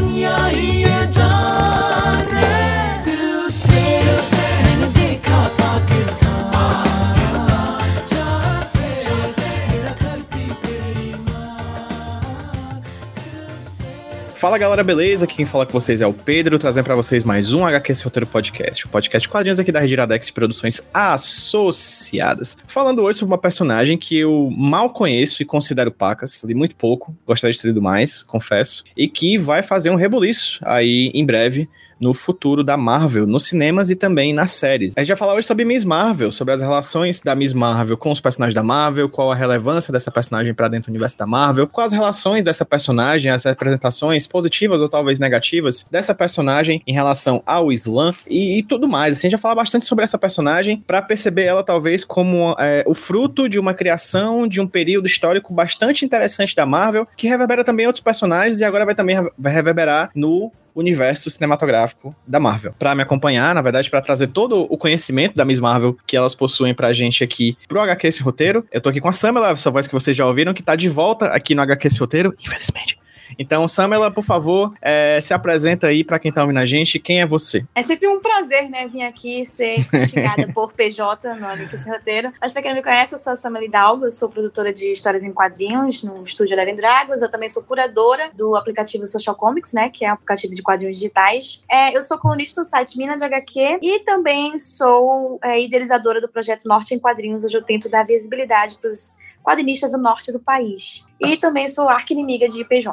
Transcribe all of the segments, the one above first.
दुनिया ही ये जान रे दिल से मैंने देखा पाकिस्तान जहाँ से मेरा करती तेरी माँ दिल से. Fala galera, beleza? Aqui quem fala com vocês é o Pedro, trazendo pra vocês mais um HQ Esse Roteiro Podcast, o podcast de quadrinhos aqui da Rede Iradex Produções Associadas. Falando hoje sobre uma personagem que eu mal conheço e considero pacas, li muito pouco, gostaria de ter lido mais, confesso, e que vai fazer um rebuliço aí em breve no futuro da Marvel, nos cinemas e também nas séries. A gente vai falar hoje sobre Miss Marvel, sobre as relações da Miss Marvel com os personagens da Marvel, qual a relevância dessa personagem pra dentro do universo da Marvel, quais as relações dessa personagem, as representações positivas ou talvez negativas dessa personagem em relação ao Islã e tudo mais. Assim, a gente vai falar bastante sobre essa personagem pra perceber ela talvez como o fruto de uma criação de um período histórico bastante interessante da Marvel, que reverbera também outros personagens e agora vai reverberar no universo cinematográfico da Marvel. Pra me acompanhar, na verdade, pra trazer todo o conhecimento da Miss Marvel que elas possuem pra gente aqui pro HQ Esse Roteiro, eu tô aqui com a Samela, essa voz que vocês já ouviram, que tá de volta aqui no HQ Esse Roteiro, infelizmente. Então, Samela, por favor, se apresenta aí pra quem tá ouvindo a gente. Quem é você? É sempre um prazer, né, vir aqui ser xingada por PJ no HQ Esse Roteiro. Mas pra quem não me conhece, eu sou a Samela Hidalgo, eu sou produtora de histórias em quadrinhos no estúdio Eleven Dragons. Eu também sou curadora do aplicativo Social Comics, né, que é um aplicativo de quadrinhos digitais. Eu sou colunista no site Minas de HQ e também sou idealizadora do projeto Norte em Quadrinhos, onde eu tento dar visibilidade pros quadrinistas do norte do país. E também sou arqui-inimiga de PJ.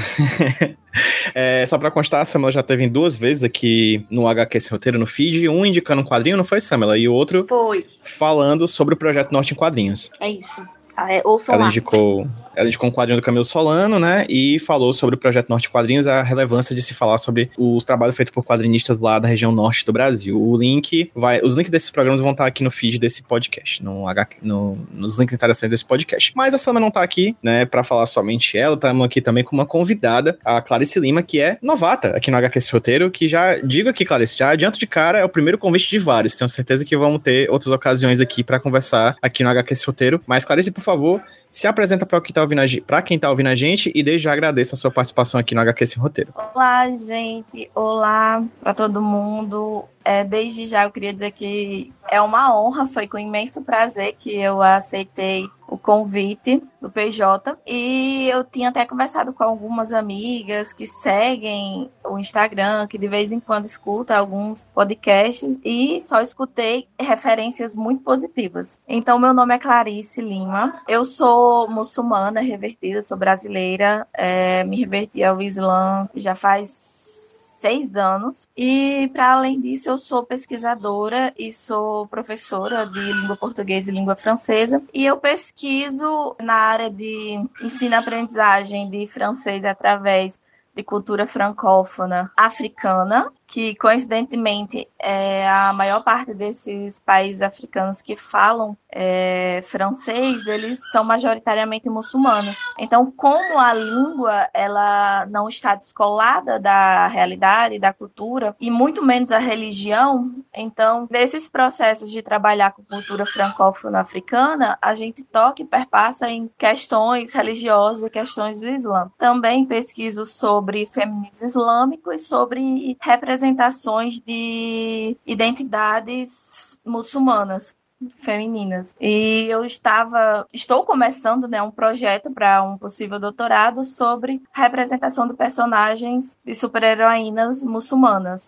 Só pra constar, a Samela já teve 2 vezes aqui no HQ Esse Roteiro, no feed, um indicando um quadrinho, não foi, Samela? E o outro foi falando sobre o projeto Norte em Quadrinhos. É isso. Ouçam Ela lá. indicou um quadrinho do Camilo Solano, né, e falou sobre o Projeto Norte Quadrinhos, a relevância de se falar sobre os trabalhos feitos por quadrinistas lá da região norte do Brasil. Os links desses programas vão estar aqui no feed desse podcast, nos links interessantes desse podcast. Mas a Sama não tá aqui, né, pra falar somente ela, estamos aqui também com uma convidada, a Clarice Lima, que é novata aqui no HQ Esse Roteiro, que já digo aqui, Clarice, já adianto de cara, é o primeiro convite de vários. Tenho certeza que vamos ter outras ocasiões aqui pra conversar aqui no HQ Esse Roteiro. Mas, Clarice, por favor, se apresenta para quem tá ouvindo a gente e desde já agradeço a sua participação aqui no HQ Esse Roteiro. Olá, gente. Olá para todo mundo. Desde já eu queria dizer que é uma honra, foi com imenso prazer que eu aceitei o convite do PJ. E eu tinha até conversado com algumas amigas que seguem o Instagram, que de vez em quando escutam alguns podcasts e só escutei referências muito positivas. Então, meu nome é Clarice Lima. Eu sou muçulmana revertida, sou brasileira. Me reverti ao Islã já faz 6 anos, e para além disso eu sou pesquisadora e sou professora de língua portuguesa e língua francesa, e eu pesquiso na área de ensino-aprendizagem de francês através de cultura francófona africana, que coincidentemente a maior parte desses países africanos que falam francês, eles são majoritariamente muçulmanos. Então, como a língua ela não está descolada da realidade, da cultura, e muito menos a religião, então, nesses processos de trabalhar com cultura francófona africana, a gente toca e perpassa em questões religiosas e questões do Islã. Também pesquiso sobre feminismo islâmico e sobre representações de identidades muçulmanas femininas. E eu estou começando, né, um projeto para um possível doutorado sobre a representação de personagens de super-heroínas muçulmanas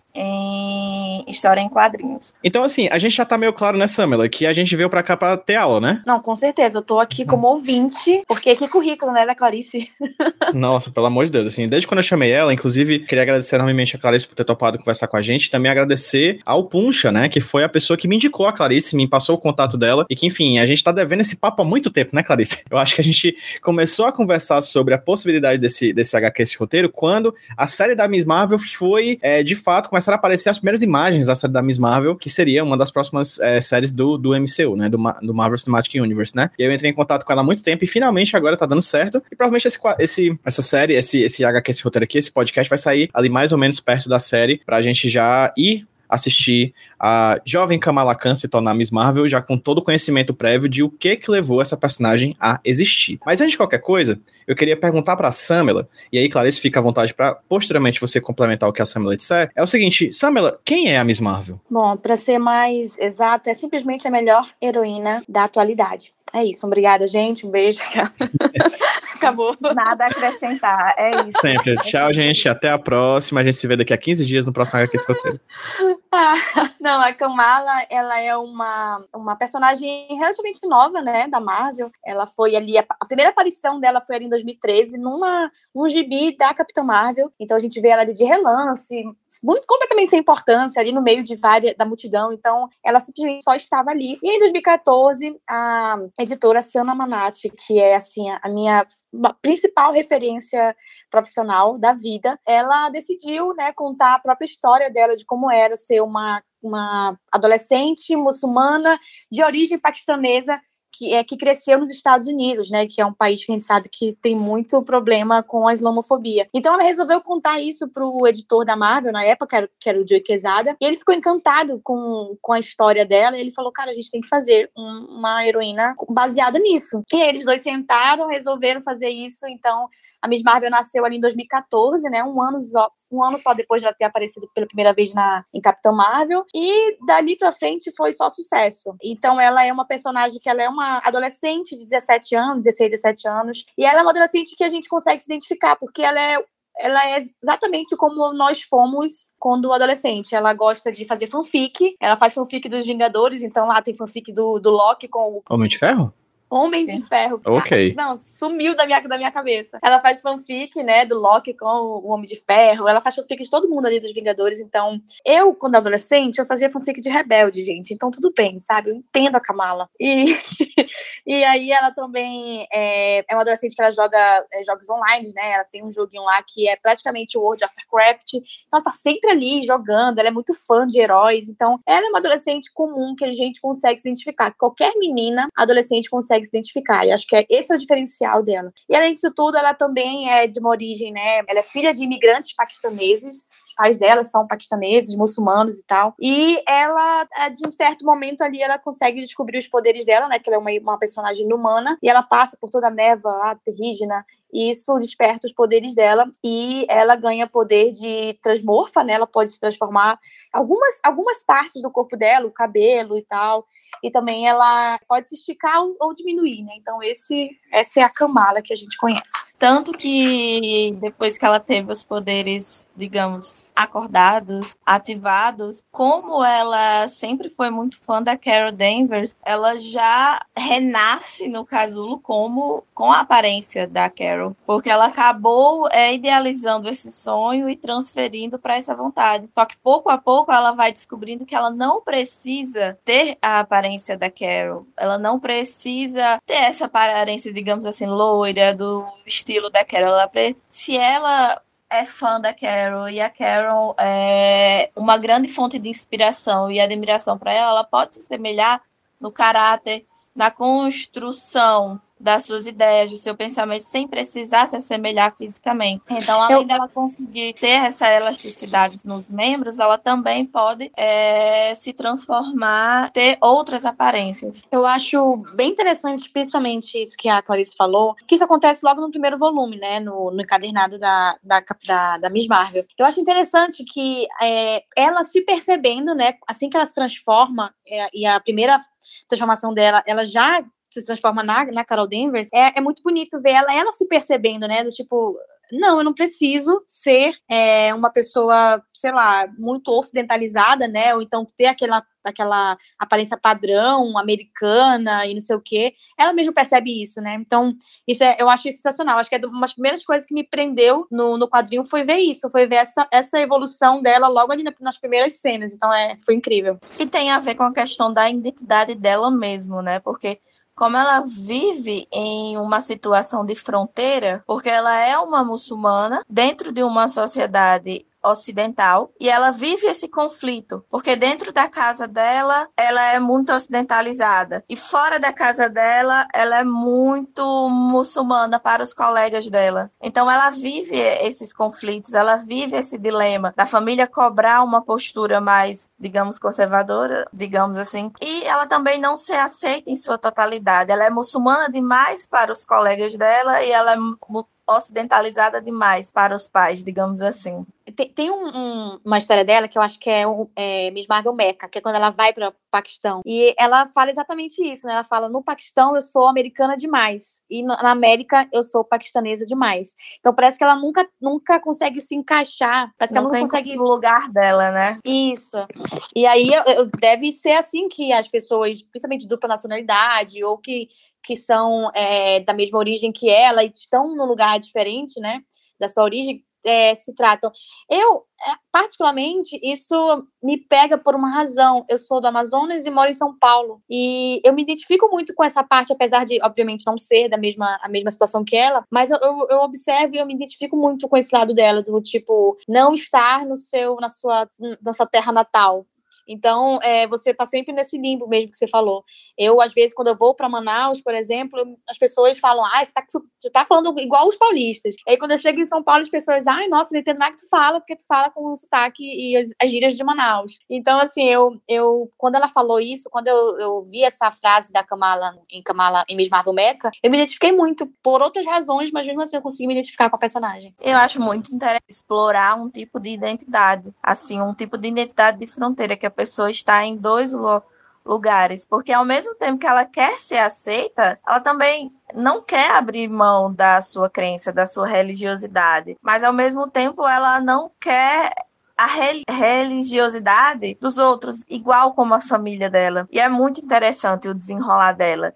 em história em quadrinhos. Então, assim, a gente já tá meio claro, né, Samela, que a gente veio pra cá pra ter aula, né? Não, com certeza. Eu tô aqui como ouvinte, porque que currículo, né, da Clarice? Nossa, pelo amor de Deus, assim, desde quando eu chamei ela, inclusive, queria agradecer enormemente a Clarice por ter topado conversar com a gente, também agradecer ao Puncha, né, que foi a pessoa que me indicou a Clarice, me passou o contato dela, e que, enfim, a gente tá devendo esse papo há muito tempo, né, Clarice? Eu acho que a gente começou a conversar sobre a possibilidade desse HQ, esse roteiro, quando a série da Miss Marvel foi, de fato, começaram a aparecer as primeiras imagens da série da Miss Marvel, que seria uma das próximas séries do MCU, né, do Marvel Cinematic Universe, né? E eu entrei em contato com ela há muito tempo, e finalmente agora tá dando certo, e provavelmente essa série, esse HQ, esse roteiro aqui, esse podcast vai sair ali mais ou menos perto da série, pra gente já ir assistir a jovem Kamala Khan se tornar Miss Marvel, já com todo o conhecimento prévio de o que levou essa personagem a existir. Mas antes de qualquer coisa, eu queria perguntar pra Samela, e aí, Clarice, fica à vontade para posteriormente você complementar o que a Samela disser. É o seguinte, Samela, quem é a Miss Marvel? Bom, para ser mais exata, é simplesmente a melhor heroína da atualidade. É isso, obrigada, gente. Um beijo. Acabou. Nada a acrescentar, é isso. Sempre. Tchau, gente. Até a próxima. A gente se vê daqui a 15 dias no próximo HQ Roteiro. Não, a Kamala, ela é uma personagem relativamente nova, né, da Marvel. Ela foi ali, a primeira aparição dela foi ali em 2013, num gibi da Capitã Marvel. Então a gente vê ela ali de relance, completamente sem importância, ali no meio da multidão. Então ela simplesmente só estava ali. E em 2014, a editora Sana Manatti, que é, assim, a minha principal referência profissional da vida, ela decidiu, né, contar a própria história dela, de como era ser uma adolescente muçulmana de origem paquistanesa que cresceu nos Estados Unidos, né, que é um país que a gente sabe que tem muito problema com a islamofobia. Então ela resolveu contar isso pro editor da Marvel, na época, que era o Joe Quesada, e ele ficou encantado com a história dela, e ele falou, cara, a gente tem que fazer uma heroína baseada nisso. E eles dois sentaram, resolveram fazer isso, então a Miss Marvel nasceu ali em 2014, né, um ano só depois de ela ter aparecido pela primeira vez em Capitã Marvel, e dali pra frente foi só sucesso. Então ela é uma personagem que ela é uma adolescente de 17 anos, 16, 17 anos, e ela é uma adolescente que a gente consegue se identificar, porque ela é exatamente como nós fomos quando adolescente. Ela gosta de fazer fanfic, ela faz fanfic dos Vingadores, então lá tem fanfic do Loki com o Homem de Ferro? Homem de Ferro. Ok. Não, sumiu da minha cabeça. Ela faz fanfic, né, do Loki com o Homem de Ferro. Ela faz fanfic de todo mundo ali dos Vingadores. Então, eu, quando adolescente, eu fazia fanfic de Rebelde, gente. Então, tudo bem, sabe? Eu entendo a Kamala. E aí, ela também é uma adolescente que ela joga jogos online, né? Ela tem um joguinho lá que é praticamente o World of Warcraft. Então, ela tá sempre ali jogando. Ela é muito fã de heróis. Então, ela é uma adolescente comum que a gente consegue se identificar. Qualquer menina adolescente consegue se identificar. E acho que esse é o diferencial dela. E além disso tudo, ela também é de uma origem, né? Ela é filha de imigrantes paquistaneses. Os pais dela são paquistaneses, muçulmanos e tal. E ela, de um certo momento ali, ela consegue descobrir os poderes dela, né? Que ela é uma personagem humana. E ela passa por toda a névoa lá, terrígena. E isso desperta os poderes dela. E ela ganha poder de transmorfa, né? Ela pode se transformar algumas partes do corpo dela, o cabelo e tal. E também ela pode se esticar ou diminuir, né? Então essa é a Kamala que a gente conhece. Tanto que depois que ela teve os poderes, digamos, acordados, ativados, como ela sempre foi muito fã da Carol Danvers, ela já renasce no casulo com a aparência da Carol, porque ela acabou idealizando esse sonho e transferindo para essa vontade. Só que pouco a pouco ela vai descobrindo que ela não precisa ter a aparência da Carol, ela não precisa ter essa aparência, digamos assim, loira, do estilo da Carol. Se ela é fã da Carol e a Carol é uma grande fonte de inspiração e admiração para ela pode se assemelhar no caráter, na construção das suas ideias, do seu pensamento, sem precisar se assemelhar fisicamente. Então, além dela conseguir ter essa elasticidade nos membros, ela também pode se transformar, ter outras aparências. Eu acho bem interessante, principalmente isso que a Clarice falou, que isso acontece logo no primeiro volume, né, no encadernado da Miss Marvel. Eu acho interessante que ela se percebendo, né, assim que ela se transforma, e a primeira transformação dela, ela já se transforma na Carol Danvers, é muito bonito ver ela se percebendo, né, do tipo, não, eu não preciso ser uma pessoa, sei lá, muito ocidentalizada, né, ou então ter aquela aparência padrão, americana e não sei o quê. Ela mesma percebe isso, né, então eu acho sensacional. Acho que uma das primeiras coisas que me prendeu no quadrinho foi ver isso, foi ver essa evolução dela logo ali nas primeiras cenas, então foi incrível. E tem a ver com a questão da identidade dela mesmo, né, porque como ela vive em uma situação de fronteira, porque ela é uma muçulmana dentro de uma sociedade ocidental, e ela vive esse conflito, porque dentro da casa dela, ela é muito ocidentalizada, e fora da casa dela, ela é muito muçulmana para os colegas dela. Então ela vive esses conflitos, ela vive esse dilema da família cobrar uma postura mais, digamos, conservadora, digamos assim, e ela também não se aceita em sua totalidade. Ela é muçulmana demais para os colegas dela e ela é ocidentalizada demais para os pais, digamos assim. Tem uma história dela que eu acho que é Miss Marvel Meca, que é quando ela vai para o Paquistão. E ela fala exatamente isso, né? Ela fala, no Paquistão eu sou americana demais. E na América eu sou paquistanesa demais. Então parece que ela nunca consegue se encaixar. Parece que ela nunca consegue... o lugar dela, né? Isso. E aí deve ser assim que as pessoas, principalmente de dupla nacionalidade, ou que são da mesma origem que ela e estão num lugar diferente, né, da sua origem, se tratam. Particularmente, isso me pega por uma razão. Eu sou do Amazonas e moro em São Paulo. E eu me identifico muito com essa parte, apesar de, obviamente, não ser a mesma situação que ela, mas eu observo e eu me identifico muito com esse lado dela, do tipo, não estar na sua terra natal. Então, você tá sempre nesse limbo mesmo que você falou. Eu, às vezes, quando eu vou para Manaus, por exemplo, as pessoas falam, você tá falando igual os paulistas. Aí, quando eu chego em São Paulo, as pessoas, nossa, não entendo nada que tu fala, porque tu fala com o sotaque e as gírias de Manaus. Então, assim, quando ela falou isso, quando eu vi essa frase da Kamala em Miss Marvel Mecha, eu me identifiquei muito, por outras razões, mas mesmo assim eu consegui me identificar com a personagem. Eu acho muito interessante explorar um tipo de identidade, assim, um tipo de identidade de fronteira, que a pessoa está em dois lugares, porque ao mesmo tempo que ela quer ser aceita, ela também não quer abrir mão da sua crença, da sua religiosidade, mas ao mesmo tempo ela não quer a religiosidade dos outros, igual como a família dela. E é muito interessante o desenrolar dela.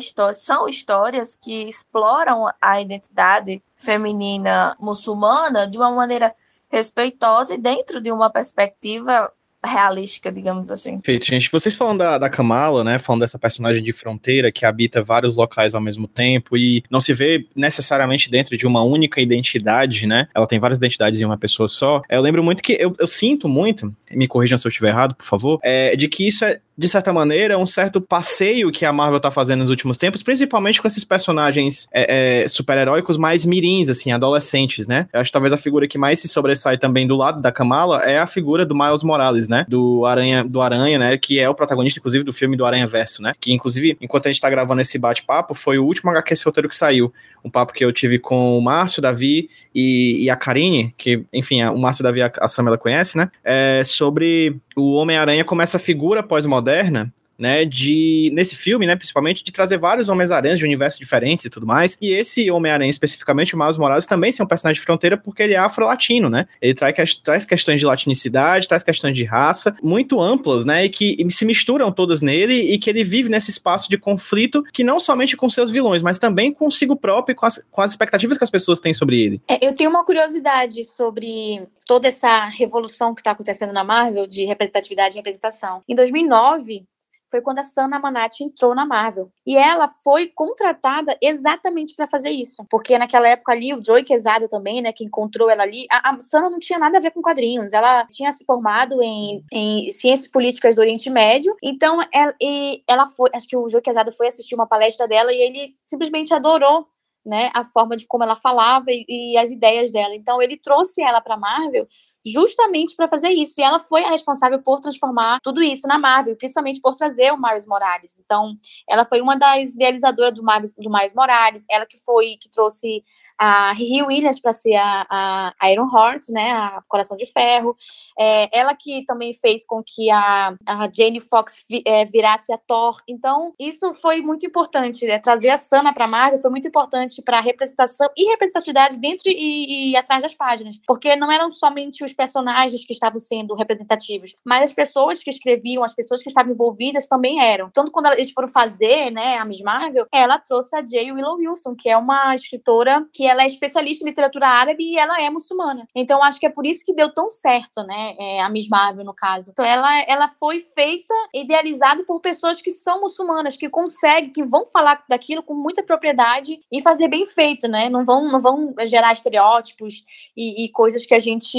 São histórias que exploram a identidade feminina muçulmana de uma maneira respeitosa e dentro de uma perspectiva realística, digamos assim. Perfeito, gente. Vocês falando da Kamala, né? Falando dessa personagem de fronteira que habita vários locais ao mesmo tempo e não se vê necessariamente dentro de uma única identidade, né? Ela tem várias identidades em uma pessoa só. Eu lembro muito que eu sinto muito, me corrijam se eu estiver errado, por favor, de que isso é, de certa maneira, um certo passeio que a Marvel tá fazendo nos últimos tempos, principalmente com esses personagens super-heróicos mais mirins, assim, adolescentes, né? Eu acho que talvez a figura que mais se sobressai também do lado da Kamala é a figura do Miles Morales, né? Do Aranha, né? Que é o protagonista, inclusive, do filme do Aranha-Verso, né? Que, inclusive, enquanto a gente tá gravando esse bate-papo, foi o último HQ esse roteiro que saiu. Um papo que eu tive com o Márcio, Davi e a Karine, que, enfim, o Márcio, Davi e a Sam, ela conhece, né? Sobre o Homem-Aranha como essa figura pós-moderna, né, nesse filme, né, principalmente, de trazer vários Homens-Aranhas de universos diferentes e tudo mais, e esse Homem-Aranha, especificamente o Miles Morales, também é um personagem de fronteira porque ele é afro-latino, né, ele traz questões de latinicidade, traz questões de raça, muito amplas, né, e que se misturam todas nele, e que ele vive nesse espaço de conflito, que não somente com seus vilões, mas também consigo próprio e com as expectativas que as pessoas têm sobre ele. Eu tenho uma curiosidade sobre toda essa revolução que está acontecendo na Marvel, de representatividade e representação. Em 2009, foi quando a Sana Amanati entrou na Marvel. E ela foi contratada exatamente para fazer isso. Porque naquela época ali, o Joey Quesada também, né, que encontrou ela ali, a Sana não tinha nada a ver com quadrinhos. Ela tinha se formado em Ciências Políticas do Oriente Médio. Então, ela foi, acho que o Joey Quesada foi assistir uma palestra dela e ele simplesmente adorou, né, a forma de como ela falava e as ideias dela. Então, ele trouxe ela para a Marvel justamente para fazer isso. E ela foi a responsável por transformar tudo isso na Marvel, principalmente por trazer o Miles Morales. Então, ela foi uma das idealizadoras do Miles Morales, ela que trouxe a Riri Williams para ser a Iron Heart, né, a Coração de Ferro. Ela que também fez com que a Jane Fox virasse a Thor. Então, isso foi muito importante, né? Trazer a Sana para a Marvel foi muito importante para representação e representatividade dentro e atrás das páginas, porque não eram somente os personagens que estavam sendo representativos, mas as pessoas que escreviam, as pessoas que estavam envolvidas também eram. Tanto quando eles foram fazer, né, a Miss Marvel, ela trouxe a J. Willow Wilson, que é uma escritora que ela é especialista em literatura árabe e ela é muçulmana. Então, acho que é por isso que deu tão certo, né, a Miss Marvel, no caso. Então, ela foi feita, idealizada por pessoas que são muçulmanas, que conseguem, que vão falar daquilo com muita propriedade e fazer bem feito, né? Não vão gerar estereótipos e coisas que a gente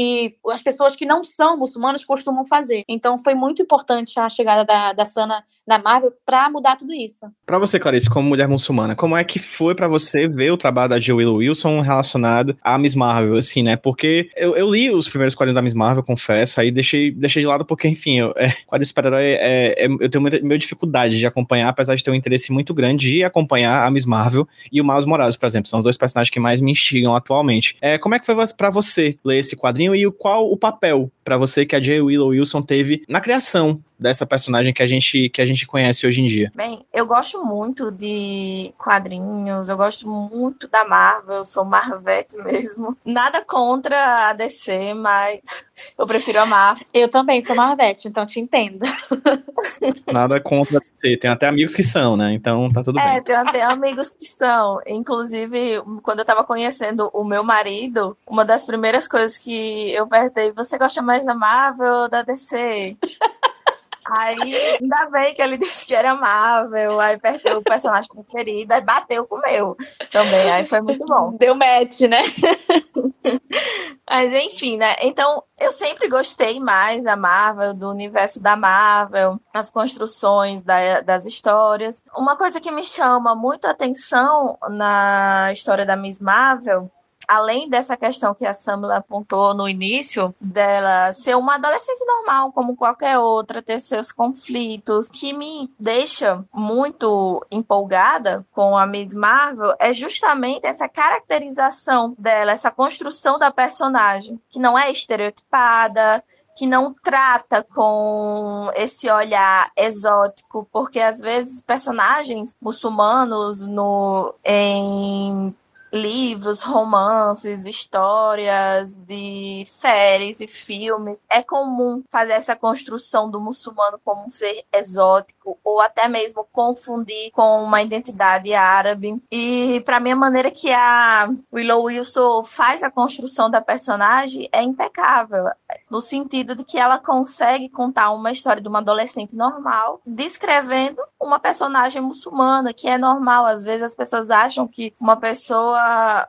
as pessoas que não são muçulmanas costumam fazer. Então foi muito importante a chegada da Sana na Marvel para mudar tudo isso. Pra você, Clarice, como mulher muçulmana, como é que foi pra você ver o trabalho da J. Willow Wilson relacionado à Miss Marvel, assim, né? Porque eu li os primeiros quadrinhos da Miss Marvel, confesso, aí deixei de lado porque, enfim, quadrinho de super-herói eu tenho muita dificuldade de acompanhar, apesar de ter um interesse muito grande de acompanhar a Miss Marvel e o Miles Morales, por exemplo, são os dois personagens que mais me instigam atualmente. Como é que foi pra você ler esse quadrinho e qual o papel pra você que a J. Willow Wilson teve na criação dessa personagem que a gente conhece hoje em dia? Bem, eu gosto muito de quadrinhos, eu gosto muito da Marvel, eu sou Marvete mesmo. Nada contra a DC, mas eu prefiro a Marvel. Eu também sou Marvete, então te entendo. Nada contra você, tem até amigos que são, né? Então tá tudo bem. Tenho até amigos que são. Inclusive, quando eu tava conhecendo o meu marido, uma das primeiras coisas que eu perguntei, você gosta mais da Marvel ou da DC? Aí, ainda bem que ele disse que era Marvel, aí perdeu o personagem preferido, aí bateu com o meu também, aí foi muito bom. Deu match, né? Mas enfim, né? Então, eu sempre gostei mais da Marvel, do universo da Marvel, as construções das histórias. Uma coisa que me chama muito a atenção na história da Miss Marvel, além dessa questão que a Samla apontou no início, dela ser uma adolescente normal, como qualquer outra, ter seus conflitos, que me deixa muito empolgada com a Miss Marvel, é justamente essa caracterização dela, essa construção da personagem, que não é estereotipada, que não trata com esse olhar exótico, porque às vezes personagens muçulmanos em livros, romances, histórias de séries e filmes, é comum fazer essa construção do muçulmano como um ser exótico ou até mesmo confundir com uma identidade árabe. E para mim a maneira que a Willow Wilson faz a construção da personagem é impecável, no sentido de que ela consegue contar uma história de uma adolescente normal, descrevendo uma personagem muçulmana, que é normal. Às vezes as pessoas acham que uma pessoa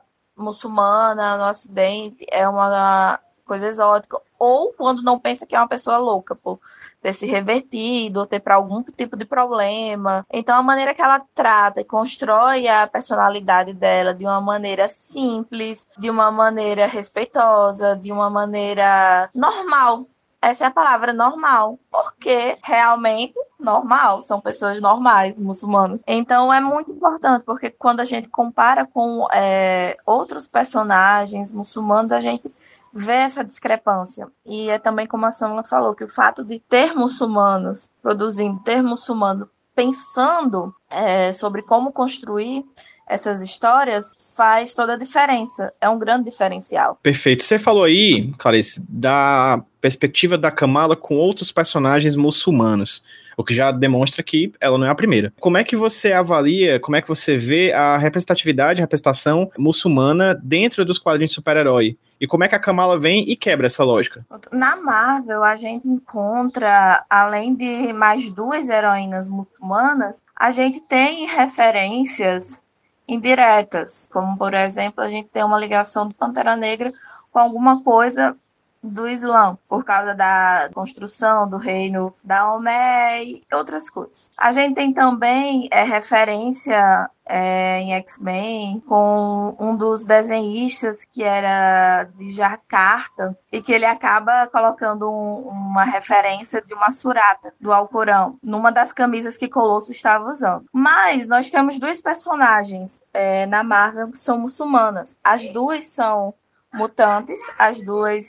muçulmana no Ocidente é uma coisa exótica, ou quando não pensa que é uma pessoa louca por ter se revertido ou ter para algum tipo de problema. Então a maneira que ela trata e constrói a personalidade dela de uma maneira simples, de uma maneira respeitosa, de uma maneira normal. Essa é a palavra, normal, porque realmente normal, são pessoas normais, muçulmanos. Então é muito importante, porque quando a gente compara com outros personagens muçulmanos, a gente vê essa discrepância. E é também como a Samla falou, que o fato de ter muçulmanos produzindo, ter muçulmano pensando sobre como construir essas histórias, faz toda a diferença. É um grande diferencial. Perfeito. Você falou aí, Clarice, da perspectiva da Kamala com outros personagens muçulmanos, o que já demonstra que ela não é a primeira. Como é que você avalia, como é que você vê a representatividade, a representação muçulmana dentro dos quadrinhos de super-herói? E como é que a Kamala vem e quebra essa lógica? Na Marvel, a gente encontra, além de mais duas heroínas muçulmanas, a gente tem referências indiretas, como, por exemplo, a gente tem uma ligação do Pantera Negra com alguma coisa do Islã, por causa da construção do reino da Omé e outras coisas. A gente tem também referência em X-Men com um dos desenhistas que era de Jakarta e que ele acaba colocando uma referência de uma surata do Alcorão numa das camisas que Colosso estava usando. Mas nós temos duas personagens na Marvel que são muçulmanas. As duas são mutantes, as duas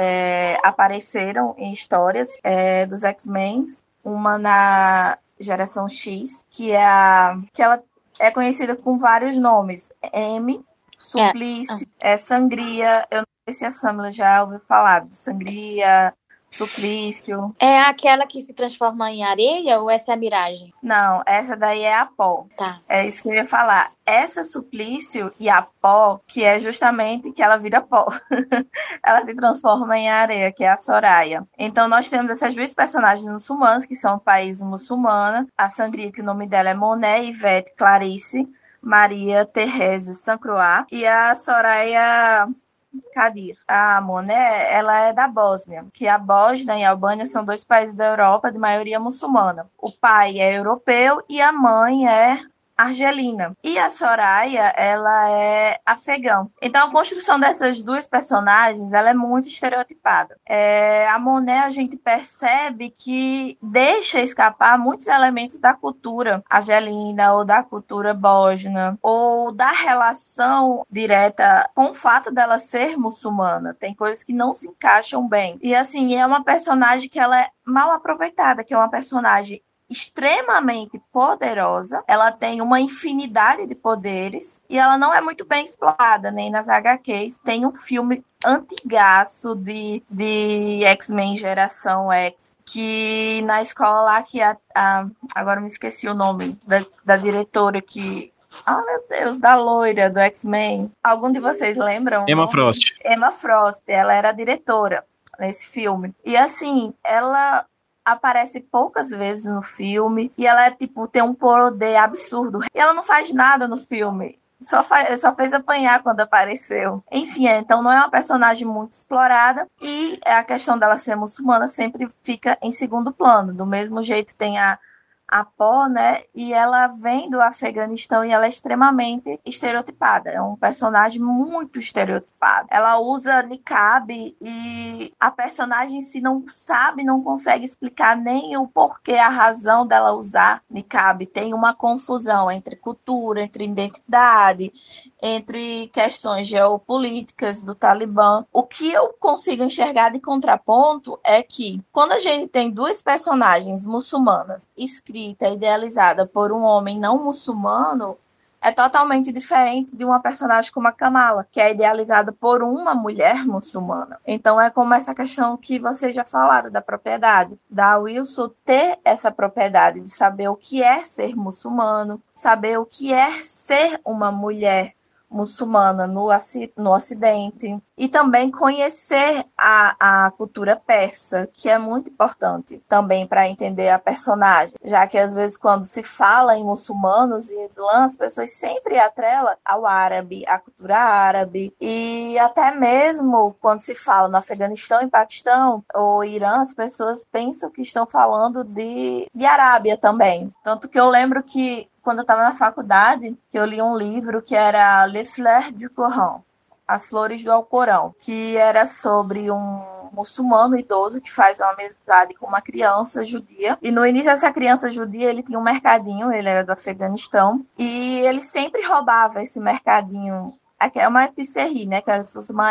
apareceram em histórias dos X-Men, uma na geração X, que ela é conhecida com vários nomes, M, Suplício, Sangria, eu não sei se a Samla já ouviu falar de Sangria, Suplício. É aquela que se transforma em areia ou essa é a Miragem? Não, essa daí é a Pó. Tá. É isso que eu ia falar. Essa Suplício e a Pó, que é justamente que ela vira pó. Ela se transforma em areia, que é a Soraya. Então nós temos essas duas personagens muçulmanas, que são país muçulmana. A Sangria, que o nome dela é Monet Ivete Clarice Maria Thérèse Sancroix. E a Soraya Kadir. A Monet, ela é da Bósnia, que a Bósnia e a Albânia são 2 países da Europa de maioria muçulmana. O pai é europeu e a mãe é argelina. E a Soraya, ela é afegã. Então, a construção dessas 2 personagens, ela é muito estereotipada. A Monet, a gente percebe que deixa escapar muitos elementos da cultura argelina ou da cultura bósnia ou da relação direta com o fato dela ser muçulmana. Tem coisas que não se encaixam bem. E, assim, é uma personagem que ela é mal aproveitada, que é uma personagem extremamente poderosa, ela tem uma infinidade de poderes e ela não é muito bem explorada, nem nas HQs. Tem um filme antigaço de X-Men Geração X, que na escola lá, que agora me esqueci o nome da diretora que... Ah, meu Deus, da loira do X-Men. Algum de vocês lembram? Emma Frost. Emma Frost, ela era a diretora nesse filme. E assim, ela aparece poucas vezes no filme e ela tem um poder absurdo. E ela não faz nada no filme. Só fez apanhar quando apareceu. Enfim, então não é uma personagem muito explorada e a questão dela ser muçulmana sempre fica em segundo plano. Do mesmo jeito tem a Pó, né? E ela vem do Afeganistão e ela é extremamente estereotipada. É um personagem muito estereotipado. Ela usa niqab e a personagem em si não consegue explicar nem o porquê, a razão dela usar niqab. Tem uma confusão entre cultura, entre identidade, entre questões geopolíticas do Talibã. O que eu consigo enxergar de contraponto é que quando a gente tem 2 personagens muçulmanas escrita e idealizada por um homem não muçulmano, é totalmente diferente de uma personagem como a Kamala, que é idealizada por uma mulher muçulmana. Então é como essa questão que vocês já falaram da propriedade, da Wilson ter essa propriedade de saber o que é ser muçulmano, saber o que é ser uma mulher muçulmana no Ocidente e também conhecer a cultura persa, que é muito importante também para entender a personagem, já que às vezes quando se fala em muçulmanos e islã, as pessoas sempre atrelam ao árabe, à cultura árabe, e até mesmo quando se fala no Afeganistão e Paquistão ou Irã, as pessoas pensam que estão falando de Arábia também. Tanto que eu lembro que quando eu estava na faculdade, que eu li um livro que era Les Fleurs du Coran, As Flores do Alcorão, que era sobre um muçulmano idoso que faz uma amizade com uma criança judia. E no início, essa criança judia, ele tinha um mercadinho, ele era do Afeganistão, e ele sempre roubava esse mercadinho. Aqui é uma épicerie, né? Que é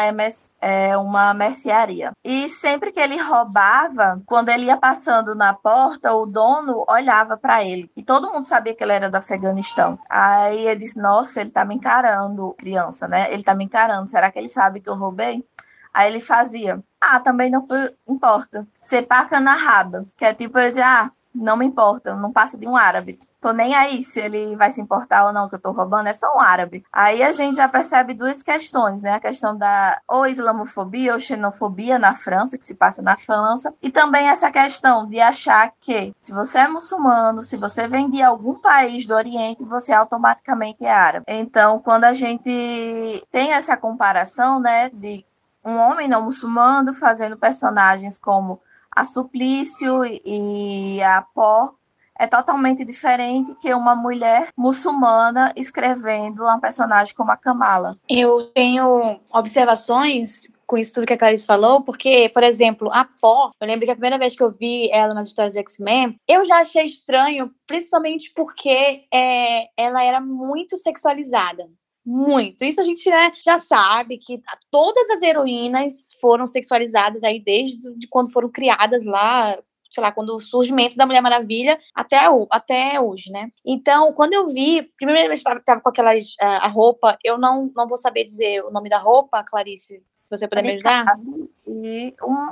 uma mercearia. E sempre que ele roubava, quando ele ia passando na porta, o dono olhava para ele. E todo mundo sabia que ele era do Afeganistão. Aí ele disse, nossa, ele tá me encarando, criança, né? Ele tá me encarando. Será que ele sabe que eu roubei? Aí ele fazia, também não importa. Sepaca na raba. Que é tipo, ele dizia, não me importa, não passa de um árabe. Tô nem aí se ele vai se importar ou não que eu tô roubando, é só um árabe. Aí a gente já percebe 2 questões, né? A questão da ou islamofobia ou xenofobia na França, que se passa na França, e também essa questão de achar que se você é muçulmano, se você vem de algum país do Oriente, você automaticamente é árabe. Então, quando a gente tem essa comparação, né, de um homem não muçulmano fazendo personagens como a Suplício e a Pó, é totalmente diferente que uma mulher muçulmana escrevendo uma personagem como a Kamala. Eu tenho observações com isso tudo que a Clarice falou, porque, por exemplo, a Pó, eu lembro que a primeira vez que eu vi ela nas histórias do X-Men, eu já achei estranho, principalmente porque ela era muito sexualizada. Muito. Isso a gente, né, já sabe que todas as heroínas foram sexualizadas aí desde quando foram criadas lá, sei lá, quando o surgimento da Mulher Maravilha até hoje, né? Então, quando eu vi, primeira vez que eu tava com aquelas, a roupa, eu não vou saber dizer o nome da roupa, Clarice, se você puder me ajudar. E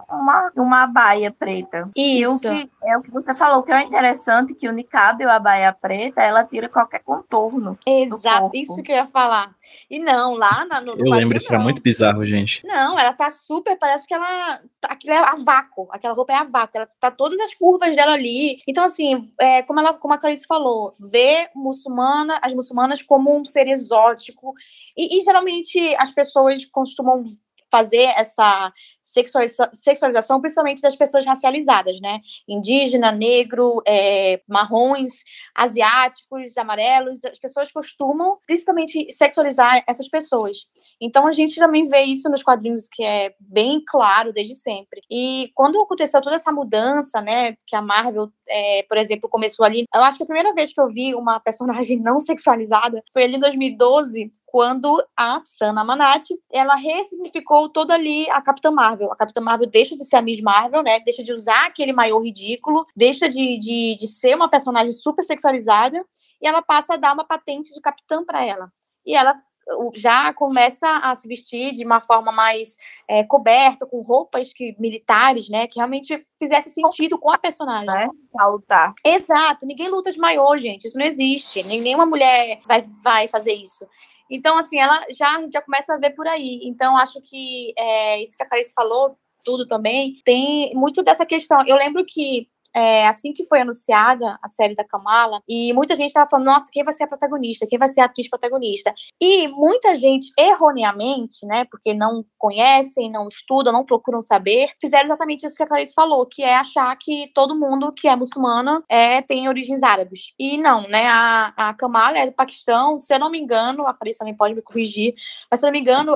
uma baia preta. Isso. E o que você falou, o que é interessante, que o niqab ou a baia preta, ela tira qualquer contorno. Exato, isso que eu ia falar. E não, lá no Eu lembro, isso era muito bizarro, gente. Não, ela tá super, parece que aquilo é a vácuo, aquela roupa é a vácuo, ela tá todas as curvas dela ali. Então, assim, como a Clarice falou, vê as muçulmanas como um ser exótico, e geralmente as pessoas costumam fazer essa sexualização, principalmente das pessoas racializadas, né? Indígena, negro, marrons, asiáticos, amarelos. As pessoas costumam, principalmente, sexualizar essas pessoas. Então, a gente também vê isso nos quadrinhos, que é bem claro desde sempre. E quando aconteceu toda essa mudança, né, que a Marvel, por exemplo, começou ali... Eu acho que a primeira vez que eu vi uma personagem não sexualizada foi ali em 2012, quando a Sana Amanati, ela ressignificou toda ali a Capitã Marvel. A Capitã Marvel deixa de ser a Miss Marvel, né? Deixa de usar aquele maiô ridículo, deixa de ser uma personagem super sexualizada, e ela passa a dar uma patente de capitã para ela. E ela já começa a se vestir de uma forma mais coberta, com roupas militares, né? Que realmente fizesse sentido com a personagem. Né? A lutar. Exato. Ninguém luta de maiô, gente. Isso não existe. Nenhuma mulher vai fazer isso. Então, assim, ela já começa a ver por aí. Então, acho que isso que a Clarice falou, tudo também, tem muito dessa questão. Eu lembro que assim que foi anunciada a série da Kamala, e muita gente estava falando, nossa, quem vai ser a protagonista? Quem vai ser a atriz protagonista? E muita gente, erroneamente, né, porque não conhecem, não estudam, não procuram saber, fizeram exatamente isso que a Clarice falou, que é achar que todo mundo que é muçulmano tem origens árabes. E não, né, a Kamala é do Paquistão, se eu não me engano, a Clarice também pode me corrigir, mas se eu não me engano,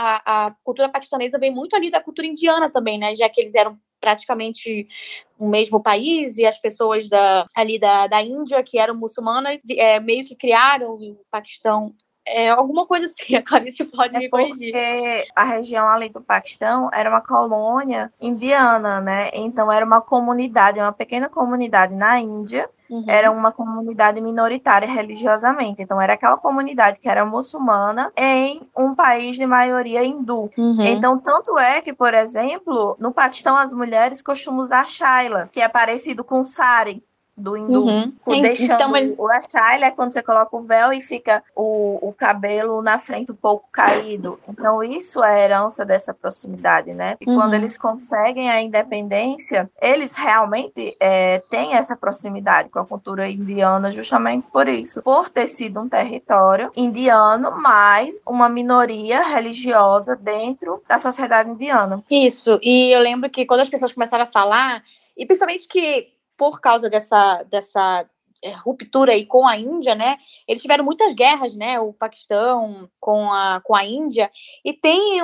a cultura paquistanesa vem muito ali da cultura indiana também, né, já que eles eram praticamente o mesmo país, e as pessoas ali da Índia, que eram muçulmanas, meio que criaram o Paquistão. Alguma coisa assim, a Clarice pode me corrigir. Porque a região ali do Paquistão era uma colônia indiana, né? Então era uma comunidade, uma pequena comunidade na Índia. Era uma comunidade minoritária religiosamente. Então, era aquela comunidade que era muçulmana em um país de maioria hindu. Então, tanto é que, por exemplo, no Paquistão, as mulheres costumam usar shaila, que é parecido com sari do hindu. Deixando então, a shaila é quando você coloca o véu e fica o cabelo na frente um pouco caído. Então, isso é a herança dessa proximidade, né? E quando eles conseguem a independência, eles realmente têm essa proximidade com a cultura indiana justamente por isso. Por ter sido um território indiano, mas uma minoria religiosa dentro da sociedade indiana. Isso. E eu lembro que quando as pessoas começaram a falar, e principalmente que por causa dessa ruptura aí com a Índia, né? Eles tiveram muitas guerras, né? O Paquistão com a Índia, e tem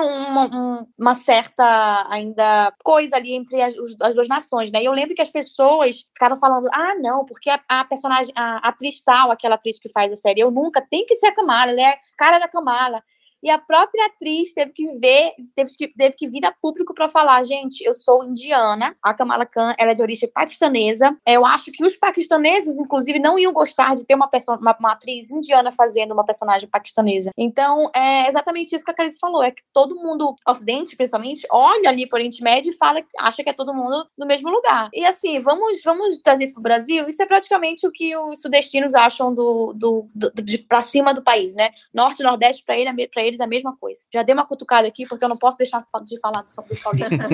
uma certa ainda coisa ali entre as duas nações, né? E eu lembro que as pessoas ficaram falando, não, porque a personagem, a atriz tal, aquela atriz que faz a série, eu nunca, tem que ser a Kamala, ela é a cara da Kamala. E a própria atriz teve que vir a público para falar, gente, eu sou indiana, a Kamala Khan, ela é de origem paquistanesa, eu acho que os paquistaneses, inclusive, não iam gostar de ter uma atriz indiana fazendo uma personagem paquistanesa. Então, é exatamente isso que a Clarice falou, é que todo mundo, Ocidente, principalmente, olha ali para o Oriente Médio e acha que é todo mundo no mesmo lugar. E assim, vamos trazer isso para o Brasil, isso é praticamente o que os sudestinos acham para cima do país, né? Norte e Nordeste, para eles a mesma coisa. Já dei uma cutucada aqui, porque eu não posso deixar de falar dos paulistas.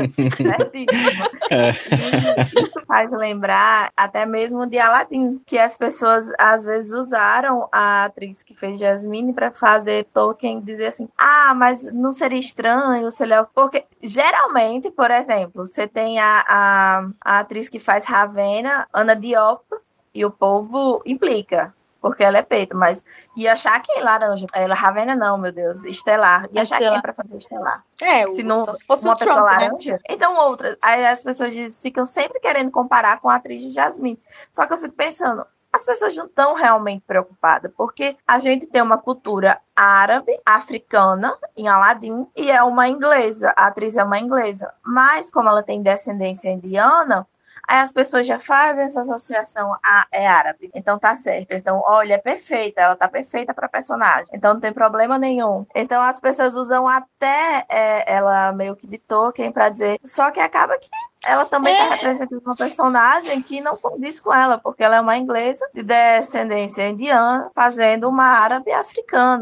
Isso faz lembrar até mesmo de Aladdin, que as pessoas às vezes usaram a atriz que fez Jasmine para fazer Tolkien dizer assim, mas não seria estranho se ele... Porque geralmente, por exemplo, você tem a atriz que faz Ravena, Ana Diop, e o povo implica, porque ela é preta, mas ia achar quem laranja? Ela, Ravena não, meu Deus, Estelar. Ia achar quem para fazer Estelar? Se fosse uma o pessoa Trump, laranja. Né? Então, outras. Aí as pessoas ficam sempre querendo comparar com a atriz de Jasmine. Só que eu fico pensando, as pessoas não estão realmente preocupadas, porque a gente tem uma cultura árabe, africana, em Aladdin, e é uma inglesa, a atriz é uma inglesa. Mas, como ela tem descendência indiana, aí as pessoas já fazem essa associação, é árabe, então tá certo. Então, olha, é perfeita, ela tá perfeita pra personagem, então não tem problema nenhum. Então as pessoas usam até ela meio que de Tolkien pra dizer, só que acaba que ela também tá representando uma personagem que não condiz com ela, porque ela é uma inglesa de descendência indiana, fazendo uma árabe africana.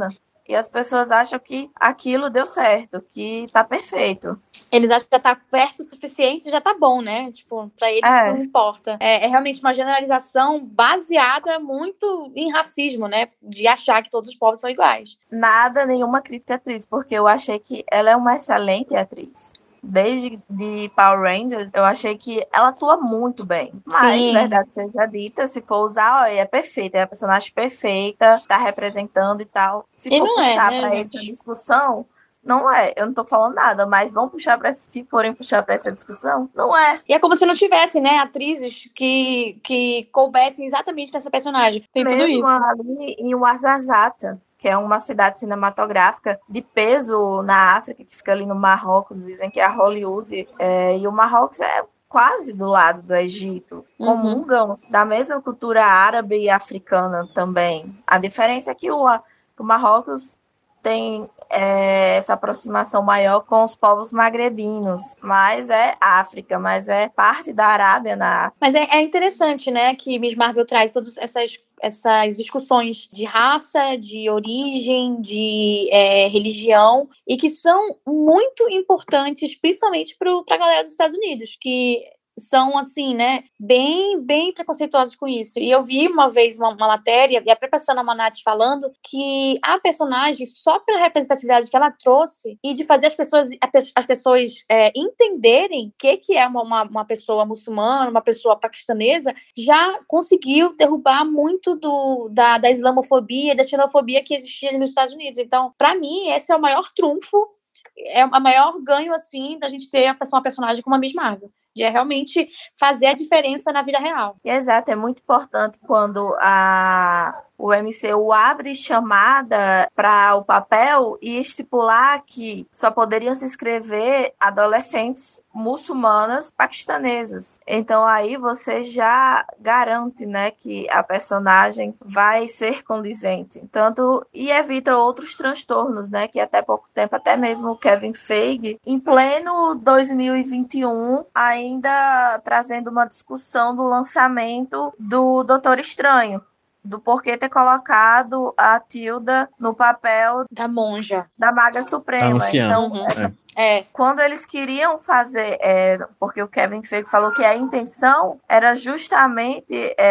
E as pessoas acham que aquilo deu certo, que tá perfeito. Eles acham que já tá perto o suficiente e já tá bom, né? Tipo, pra eles não importa. É realmente uma generalização baseada muito em racismo, né? De achar que todos os povos são iguais. Nada, nenhuma crítica à atriz, porque eu achei que ela é uma excelente atriz. Desde de Power Rangers, eu achei que ela atua muito bem. Mas, Sim. verdade seja dita, se for usar, ó, é perfeita, é a personagem perfeita, tá representando e tal. Se E for não puxar né, pra gente? essa discussão, não é. Eu não tô falando nada, mas vão puxar pra, se forem puxar pra essa discussão, não é. E é como se não tivesse, né, atrizes que coubessem exatamente nessa personagem. Tem tudo Mesmo isso. ali em Ouarzazate, que é uma cidade cinematográfica de peso na África, que fica ali no Marrocos, dizem que é a Hollywood, e o Marrocos é quase do lado do Egito, comungam da mesma cultura árabe e africana também. A diferença é que o Marrocos tem essa aproximação maior com os povos magrebinos, mas é África, mas é parte da Arábia na África. Mas é interessante, né, que Miss Marvel traz todas essas discussões de raça, de origem, de religião, e que são muito importantes, principalmente para a galera dos Estados Unidos, que são, assim, né, bem preconceituosos com isso. E eu vi uma vez uma matéria, e a própria Sana Manati falando, que a personagem, só pela representatividade que ela trouxe, e de fazer as pessoas entenderem o que é uma pessoa muçulmana, uma pessoa paquistanesa, já conseguiu derrubar muito da islamofobia, da xenofobia que existia ali nos Estados Unidos. Então, para mim, esse é o maior trunfo, é o maior ganho, assim, da gente ter uma personagem como a Miss Marvel, de realmente fazer a diferença na vida real. Exato, é muito importante quando o MCU abre chamada para o papel e estipular que só poderiam se inscrever adolescentes muçulmanas paquistanesas. Então aí você já garante, né, que a personagem vai ser condizente. E evita outros transtornos, né, que até pouco tempo, até mesmo o Kevin Feige, em pleno 2021, ainda trazendo uma discussão do lançamento do Doutor Estranho, do porquê ter colocado a Tilda no papel da monja, da Maga Suprema. Então, quando eles queriam fazer, porque o Kevin Feige falou que a intenção era justamente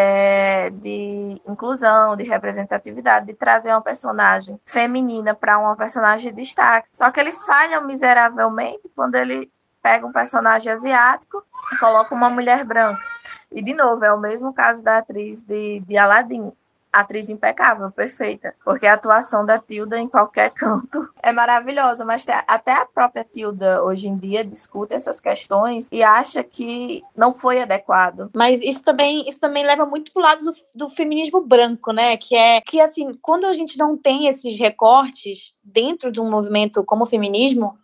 de inclusão, de representatividade, de trazer uma personagem feminina para uma personagem de destaque. Só que eles falham miseravelmente quando ele pega um personagem asiático e coloca uma mulher branca. E, de novo, é o mesmo caso da atriz de Aladdin. Atriz impecável, perfeita. Porque a atuação da Tilda em qualquer canto é maravilhosa. Mas até a própria Tilda, hoje em dia, discute essas questões e acha que não foi adequado. Mas isso também leva muito pro lado do feminismo branco, né? Que, assim, quando a gente não tem esses recortes dentro de um movimento como o feminismo,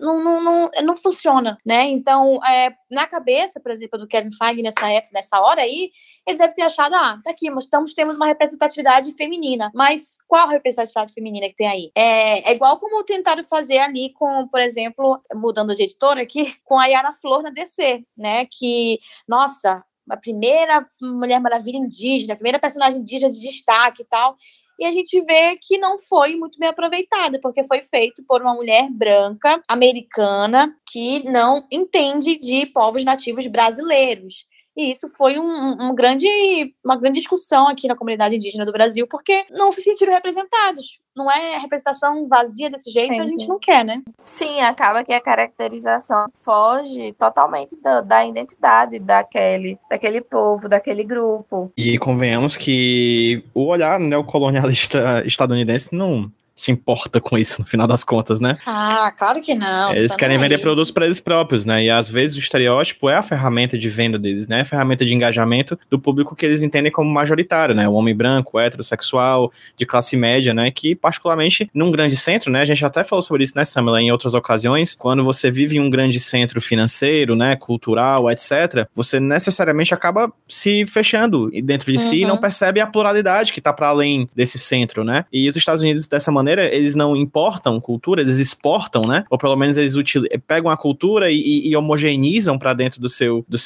não funciona, né? Então, na cabeça, por exemplo, do Kevin Feige nessa hora aí, ele deve ter achado, tá aqui, temos uma representatividade feminina. Mas qual representatividade feminina que tem aí? É igual como tentaram fazer ali com, por exemplo, mudando de editora aqui, com a Yara Flor na DC, né? Que, nossa, a primeira Mulher Maravilha indígena, a primeira personagem indígena de destaque e tal. E a gente vê que não foi muito bem aproveitado, porque foi feito por uma mulher branca, americana, que não entende de povos nativos brasileiros. E isso foi uma grande discussão aqui na comunidade indígena do Brasil, porque não se sentiram representados. Não é representação vazia desse jeito, a gente não quer, né? Sim, acaba que a caracterização foge totalmente da identidade daquele povo, daquele grupo. E convenhamos que o olhar neocolonialista estadunidense não se importa com isso, no final das contas, né? Claro que não. Eles querem vender produtos para eles próprios, né? E às vezes o estereótipo é a ferramenta de venda deles, né? A ferramenta de engajamento do público que eles entendem como majoritário, né? O homem branco, heterossexual, de classe média, né? Que particularmente num grande centro, né? A gente até falou sobre isso, né, Samela, em outras ocasiões, quando você vive em um grande centro financeiro, né? Cultural, etc., você necessariamente acaba se fechando dentro de si e não percebe a pluralidade que tá para além desse centro, né? E os Estados Unidos, dessa maneira, maneira, eles não importam cultura, eles exportam, né? Ou pelo menos eles pegam a cultura e homogeneizam para dentro do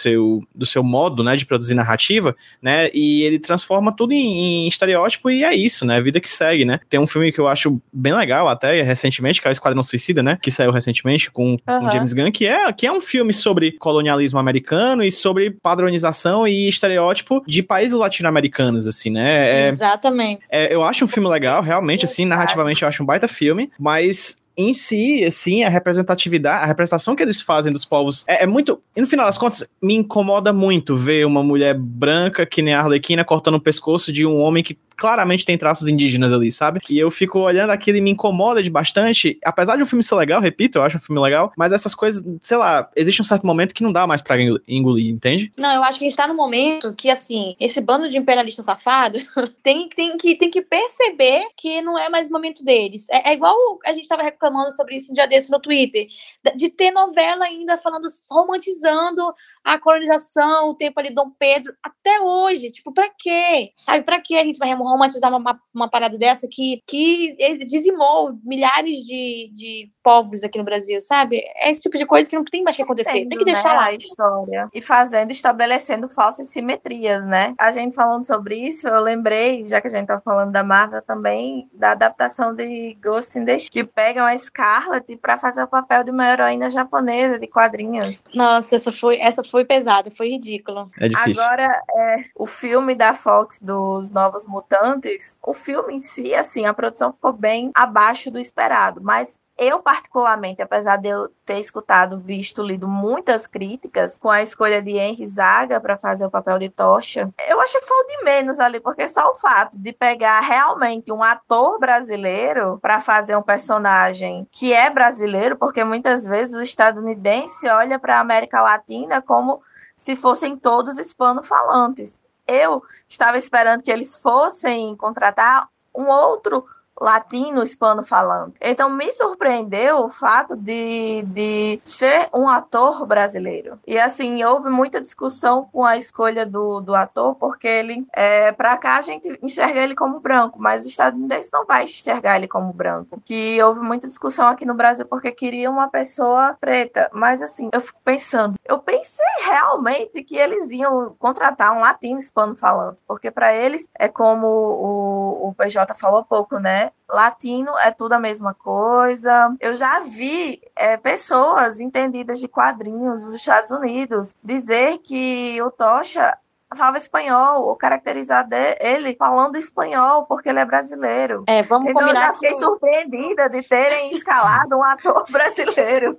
seu modo, né, de produzir narrativa, né? E ele transforma tudo em estereótipo e é isso, né? Vida que segue, né? Tem um filme que eu acho bem legal até, recentemente, que é o Esquadrão Suicida, né? Que saiu recentemente com James Gunn, que é um filme sobre colonialismo americano e sobre padronização e estereótipo de países latino-americanos, assim, né? Exatamente. Eu acho um filme legal, realmente, assim, narrativamente eu acho um baita filme, mas em si, assim, a representatividade, a representação que eles fazem dos povos é muito... E no final das contas, me incomoda muito ver uma mulher branca, que nem a Arlequina, cortando o pescoço de um homem que claramente tem traços indígenas ali, sabe? E eu fico olhando aquilo e me incomoda de bastante, apesar de o filme ser legal, repito, eu acho um filme legal, mas essas coisas, sei lá, existe um certo momento que não dá mais pra engolir, entende? Não, eu acho que a gente tá num momento que, assim, esse bando de imperialista safado tem que perceber que não é mais o momento deles. É igual a gente tava reclamando sobre isso um dia desse no Twitter, de ter novela ainda falando, romantizando a colonização, o tempo ali Dom Pedro, até hoje, tipo, pra quê? Sabe, pra que a gente vai romantizar uma parada dessa que dizimou milhares de povos aqui no Brasil, sabe? É esse tipo de coisa que não tem mais que acontecer, tem que deixar lá. A história. E estabelecendo falsas simetrias, né? A gente falando sobre isso, eu lembrei, já que a gente tá falando da Marvel também, da adaptação de Ghost in the Shell, que pegam a Scarlet pra fazer o papel de uma heroína japonesa de quadrinhos. Nossa, essa foi pesada, foi ridícula. É difícil. Agora, o filme da Fox dos Novos Mutantes, o filme em si, assim, a produção ficou bem abaixo do esperado, mas eu, particularmente, apesar de eu ter visto, lido muitas críticas com a escolha de Henry Zaga para fazer o papel de Tocha, eu achei que foi o de menos ali, porque só o fato de pegar realmente um ator brasileiro para fazer um personagem que é brasileiro, porque muitas vezes o estadunidense olha para a América Latina como se fossem todos hispano-falantes. Eu estava esperando que eles fossem contratar um outro latino hispano-falante. Então, me surpreendeu o fato de ser um ator brasileiro. E, assim, houve muita discussão com a escolha do ator, porque ele, pra cá, a gente enxerga ele como branco, mas os estadunidenses não vai enxergar ele como branco. Que houve muita discussão aqui no Brasil, porque queria uma pessoa preta. Mas, assim, eu fico pensando, eu pensei realmente que eles iam contratar um latino hispano-falante, porque para eles, é como o PJ falou há pouco, né? Latino é tudo a mesma coisa. Eu já vi pessoas entendidas de quadrinhos dos Estados Unidos dizer que o Tocha falava espanhol, ou caracterizar ele falando espanhol, porque ele é brasileiro. Vamos então, combinar. Eu já fiquei surpreendida de terem escalado um ator brasileiro.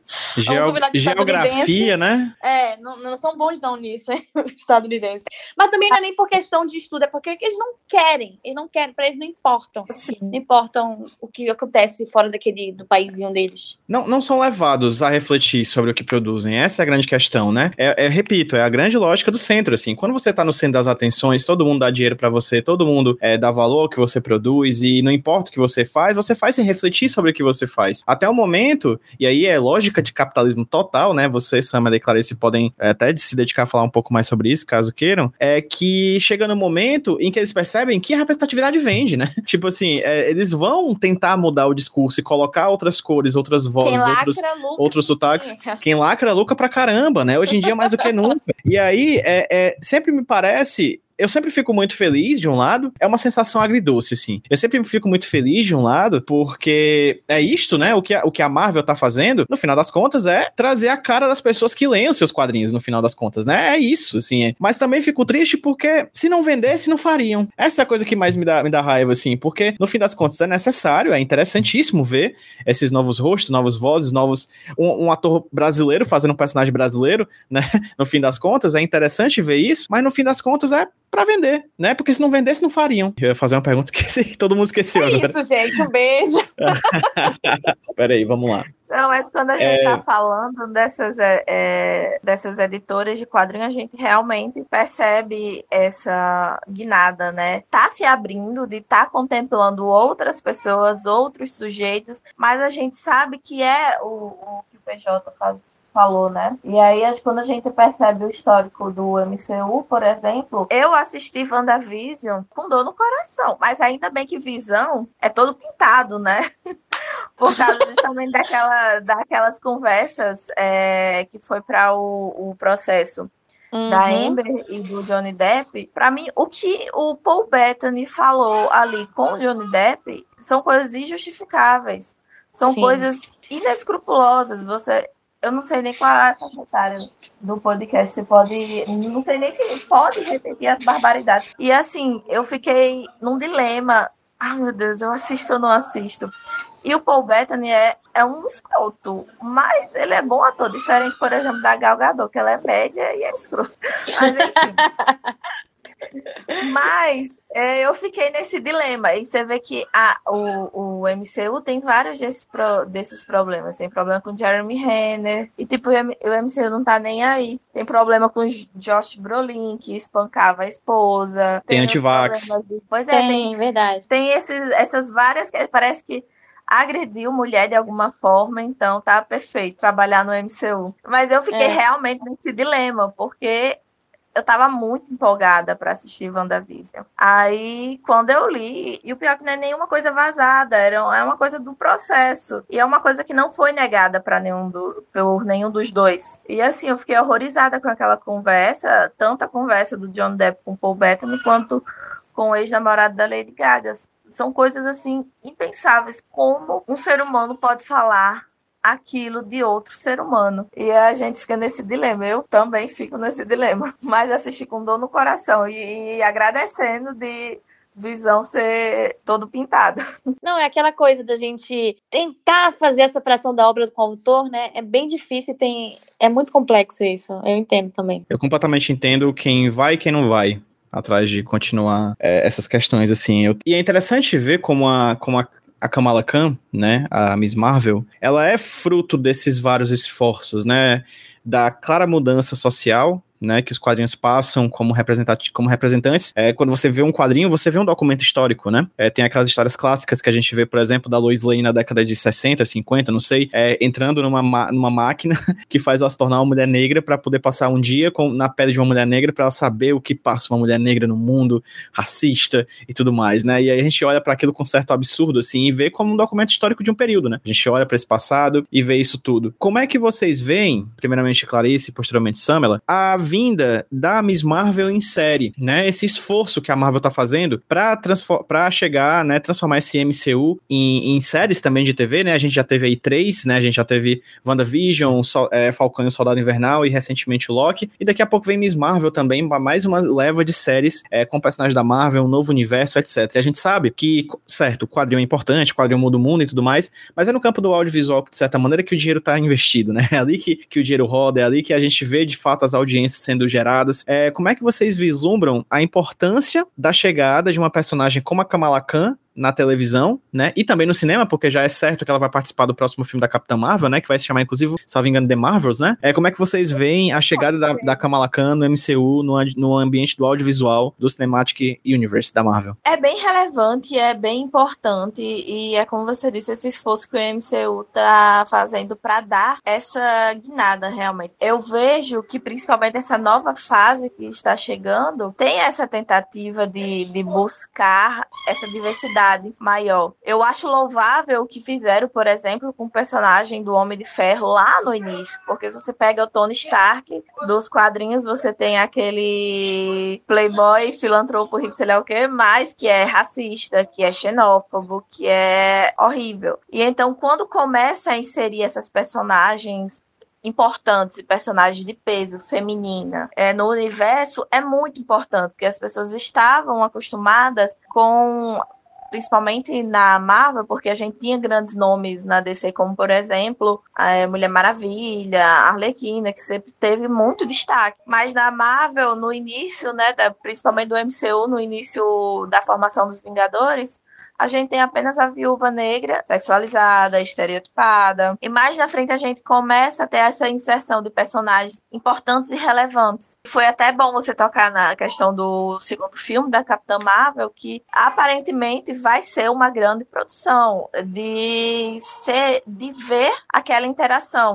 Geografia, né? Não são bons não nisso, estadunidenses. Mas também não é nem por questão de estudo, é porque eles não querem, para eles não importam. Sim. Não importam o que acontece fora do paísinho deles. Não são levados a refletir sobre o que produzem, essa é a grande questão, né? Repito, é a grande lógica do centro, assim, quando você tá no centro das atenções, todo mundo dá dinheiro pra você, todo mundo dá valor ao que você produz e não importa o que você faz sem refletir sobre o que você faz. Até o momento, e aí é lógica de capitalismo total, né? Você, Sama e Clarice podem até se dedicar a falar um pouco mais sobre isso, caso queiram, é que chega no momento em que eles percebem que a representatividade vende, né? Tipo assim, eles vão tentar mudar o discurso e colocar outras cores, outras vozes, outros sotaques. Quem lacra, lucra pra caramba, né? Hoje em dia mais do que nunca. E aí, sempre me parece... Eu sempre fico muito feliz, de um lado, é uma sensação agridoce, assim. Eu sempre fico muito feliz, de um lado, porque é isto, né? O que a Marvel tá fazendo, no final das contas, é trazer a cara das pessoas que leem os seus quadrinhos, no final das contas, né? É isso, assim. Mas também fico triste porque, se não vendesse, não fariam. Essa é a coisa que mais me dá raiva, assim, porque, no fim das contas, é necessário, é interessantíssimo ver esses novos rostos, novas vozes, um ator brasileiro fazendo um personagem brasileiro, né? No fim das contas, é interessante ver isso, mas no fim das contas é pra vender, né? Porque se não vendesse, não fariam. Eu ia fazer uma pergunta que todo mundo esqueceu. Isso, gente. Um beijo. Peraí, vamos lá. Não, mas quando a gente tá falando dessas editoras de quadrinhos, a gente realmente percebe essa guinada, né? Tá se abrindo, de tá contemplando outras pessoas, outros sujeitos, mas a gente sabe que é o que o PJ falou, né? E aí, quando a gente percebe o histórico do MCU, por exemplo, eu assisti WandaVision com dor no coração, mas ainda bem que Visão é todo pintado, né? Por causa justamente daquelas conversas que foi para o processo da Amber e do Johnny Depp. Para mim, o que o Paul Bettany falou ali com o Johnny Depp são coisas injustificáveis, são coisas inescrupulosas. Eu não sei nem qual é a faixa etária do podcast, você pode, não sei nem se pode repetir as barbaridades. E assim, eu fiquei num dilema. Ai, meu Deus, eu assisto ou não assisto? E o Paul Bettany é um escroto, mas ele é bom ator, diferente, por exemplo, da Gal Gadot, que ela é média e é escroto. Mas, enfim. Mas eu fiquei nesse dilema. E você vê que o MCU tem vários desses problemas. Tem problema com Jeremy Renner. E, tipo, o MCU não tá nem aí. Tem problema com Josh Brolin, que espancava a esposa. Tem antivax. Pois é, Tem, verdade. Tem essas várias que parece que agrediu mulher de alguma forma, então tá perfeito trabalhar no MCU. Mas eu fiquei realmente nesse dilema, porque eu tava muito empolgada para assistir WandaVision. Aí, quando eu li, e o pior que não é nenhuma coisa vazada, é uma coisa do processo. E é uma coisa que não foi negada por nenhum dos dois. E assim, eu fiquei horrorizada com aquela conversa, tanto a conversa do John Depp com o Paul Bettany, quanto com o ex-namorado da Lady Gaga. São coisas, assim, impensáveis. Como um ser humano pode falar aquilo de outro ser humano? E a gente fica nesse dilema. Eu também fico nesse dilema. Mas assisti com dor no coração. E agradecendo de Visão ser todo pintado. Não, é aquela coisa da gente tentar fazer a separação da obra com o autor, né? É bem difícil e é muito complexo isso. Eu entendo também. Eu completamente entendo quem vai e quem não vai atrás de continuar essas questões, assim. E é interessante ver como a Kamala Khan, né, a Miss Marvel, ela é fruto desses vários esforços, né, da clara mudança social, né, que os quadrinhos passam como representantes. Quando você vê um quadrinho, você vê um documento histórico, né? Tem aquelas histórias clássicas que a gente vê, por exemplo, da Lois Lane na década de 60, 50, não sei, entrando numa máquina que faz ela se tornar uma mulher negra para poder passar um dia na pele de uma mulher negra para ela saber o que passa uma mulher negra no mundo, racista e tudo mais, né? E aí a gente olha para aquilo com certo absurdo, assim, e vê como um documento histórico de um período, né? A gente olha para esse passado e vê isso tudo. Como é que vocês veem, primeiramente Clarice e posteriormente Samela, a vinda da Miss Marvel em série, né? Esse esforço que a Marvel tá fazendo pra chegar, né? Transformar esse MCU em séries também de TV, né? A gente já teve aí 3, né? A gente já teve WandaVision, Falcão e o Soldado Invernal e recentemente o Loki. E daqui a pouco vem Miss Marvel também, mais uma leva de séries com personagens da Marvel, um novo universo, etc. E a gente sabe que, certo, o quadrinho é importante, o quadrinho muda o mundo e tudo mais, mas é no campo do audiovisual, de certa maneira, que o dinheiro tá investido, né? É ali que o dinheiro roda, é ali que a gente vê, de fato, as audiências sendo geradas. Como é que vocês vislumbram a importância da chegada de uma personagem como a Kamala Khan na televisão, né, e também no cinema, porque já é certo que ela vai participar do próximo filme da Capitã Marvel, né, que vai se chamar, inclusive, se não me engano, The Marvels, né, como é que vocês veem a chegada da Kamala Khan no MCU, no ambiente do audiovisual do Cinematic Universe da Marvel? É bem relevante, é bem importante, e é como você disse, esse esforço que o MCU tá fazendo para dar essa guinada, realmente. Eu vejo que, principalmente essa nova fase que está chegando, tem essa tentativa de buscar essa diversidade maior. Eu acho louvável o que fizeram, por exemplo, com o personagem do Homem de Ferro lá no início, porque se você pega o Tony Stark dos quadrinhos, você tem aquele playboy, filantropo, rico, sei lá o quê, mas que é racista, que é xenófobo, que é horrível. E então, quando começa a inserir essas personagens importantes e personagens de peso feminina no universo, é muito importante, porque as pessoas estavam acostumadas com, principalmente na Marvel, porque a gente tinha grandes nomes na DC, como, por exemplo, a Mulher Maravilha, a Arlequina, que sempre teve muito destaque. Mas na Marvel, no início, né, principalmente do MCU, no início da formação dos Vingadores, a gente tem apenas a Viúva Negra, sexualizada, estereotipada. E mais na frente a gente começa a ter essa inserção de personagens importantes e relevantes. Foi até bom você tocar na questão do segundo filme da Capitã Marvel, que aparentemente vai ser uma grande produção, de ver aquela interação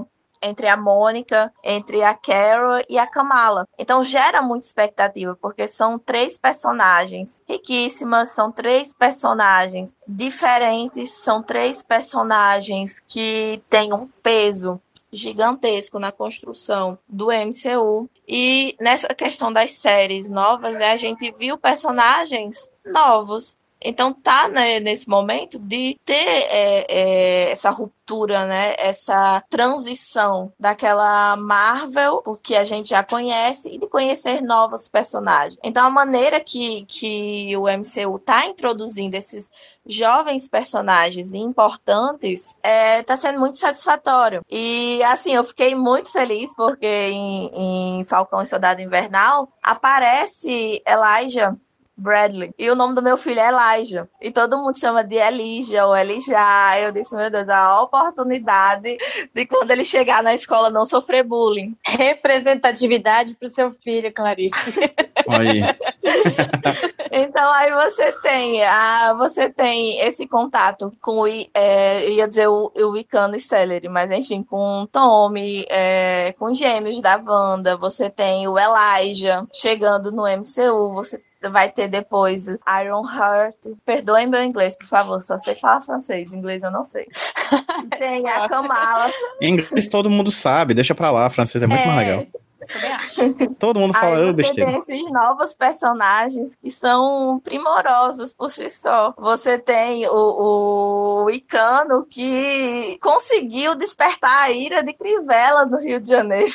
entre a Mônica, entre a Carol e a Kamala. Então gera muita expectativa, porque são 3 personagens riquíssimas, são 3 personagens diferentes, são 3 personagens que têm um peso gigantesco na construção do MCU. E nessa questão das séries novas, né, a gente viu personagens novos. Então tá, né, nesse momento de ter essa ruptura, né, essa transição daquela Marvel, o que a gente já conhece, e de conhecer novos personagens. Então a maneira que o MCU tá introduzindo esses jovens personagens importantes tá sendo muito satisfatório. E assim, eu fiquei muito feliz porque em Falcão e Soldado Invernal aparece Elijah Bradley. E o nome do meu filho é Elijah. E todo mundo chama de Elijah ou Elijah. Eu disse, meu Deus, a oportunidade de quando ele chegar na escola não sofrer bullying. Representatividade pro seu filho, Clarice. Aí. Então aí você tem esse contato com ia dizer o Wiccan e Celery, mas enfim, com o Tommy, com os gêmeos da Wanda, você tem o Elijah chegando no MCU, você vai ter depois Ironheart. Perdoem meu inglês, por favor, só sei falar francês, inglês eu não sei. Tem a Kamala. Em inglês todo mundo sabe, deixa pra lá, francês é muito mais legal. Todo mundo fala, Aí você besteira. tem esses novos personagens que são primorosos por si só. Você tem o Icano, que conseguiu despertar a ira de Crivella no Rio de Janeiro.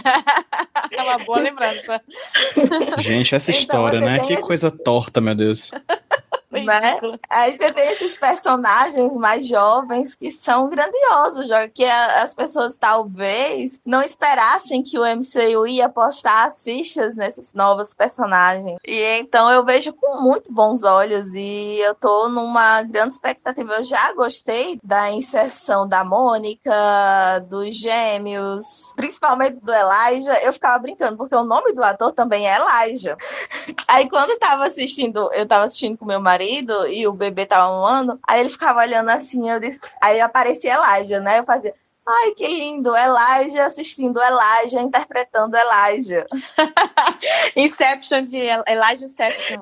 É uma boa lembrança. Gente, essa Então, história, você né? tem Que esse- coisa torta, meu Deus. Né? Aí você tem esses personagens mais jovens que são grandiosos, já que as pessoas talvez não esperassem que o MCU ia apostar as fichas nesses novos personagens. E então eu vejo com muito bons olhos e eu tô numa grande expectativa. Eu já gostei da inserção da Mônica, dos gêmeos, principalmente do Elijah. Eu ficava brincando, porque o nome do ator também é Elijah. Aí quando eu tava assistindo com meu marido e o bebê tava mamando, aí ele ficava olhando assim, aí aparecia Elijah, né? Eu fazia, ai, que lindo, Elijah assistindo Elijah, interpretando Elijah. Inception de Elijah Inception.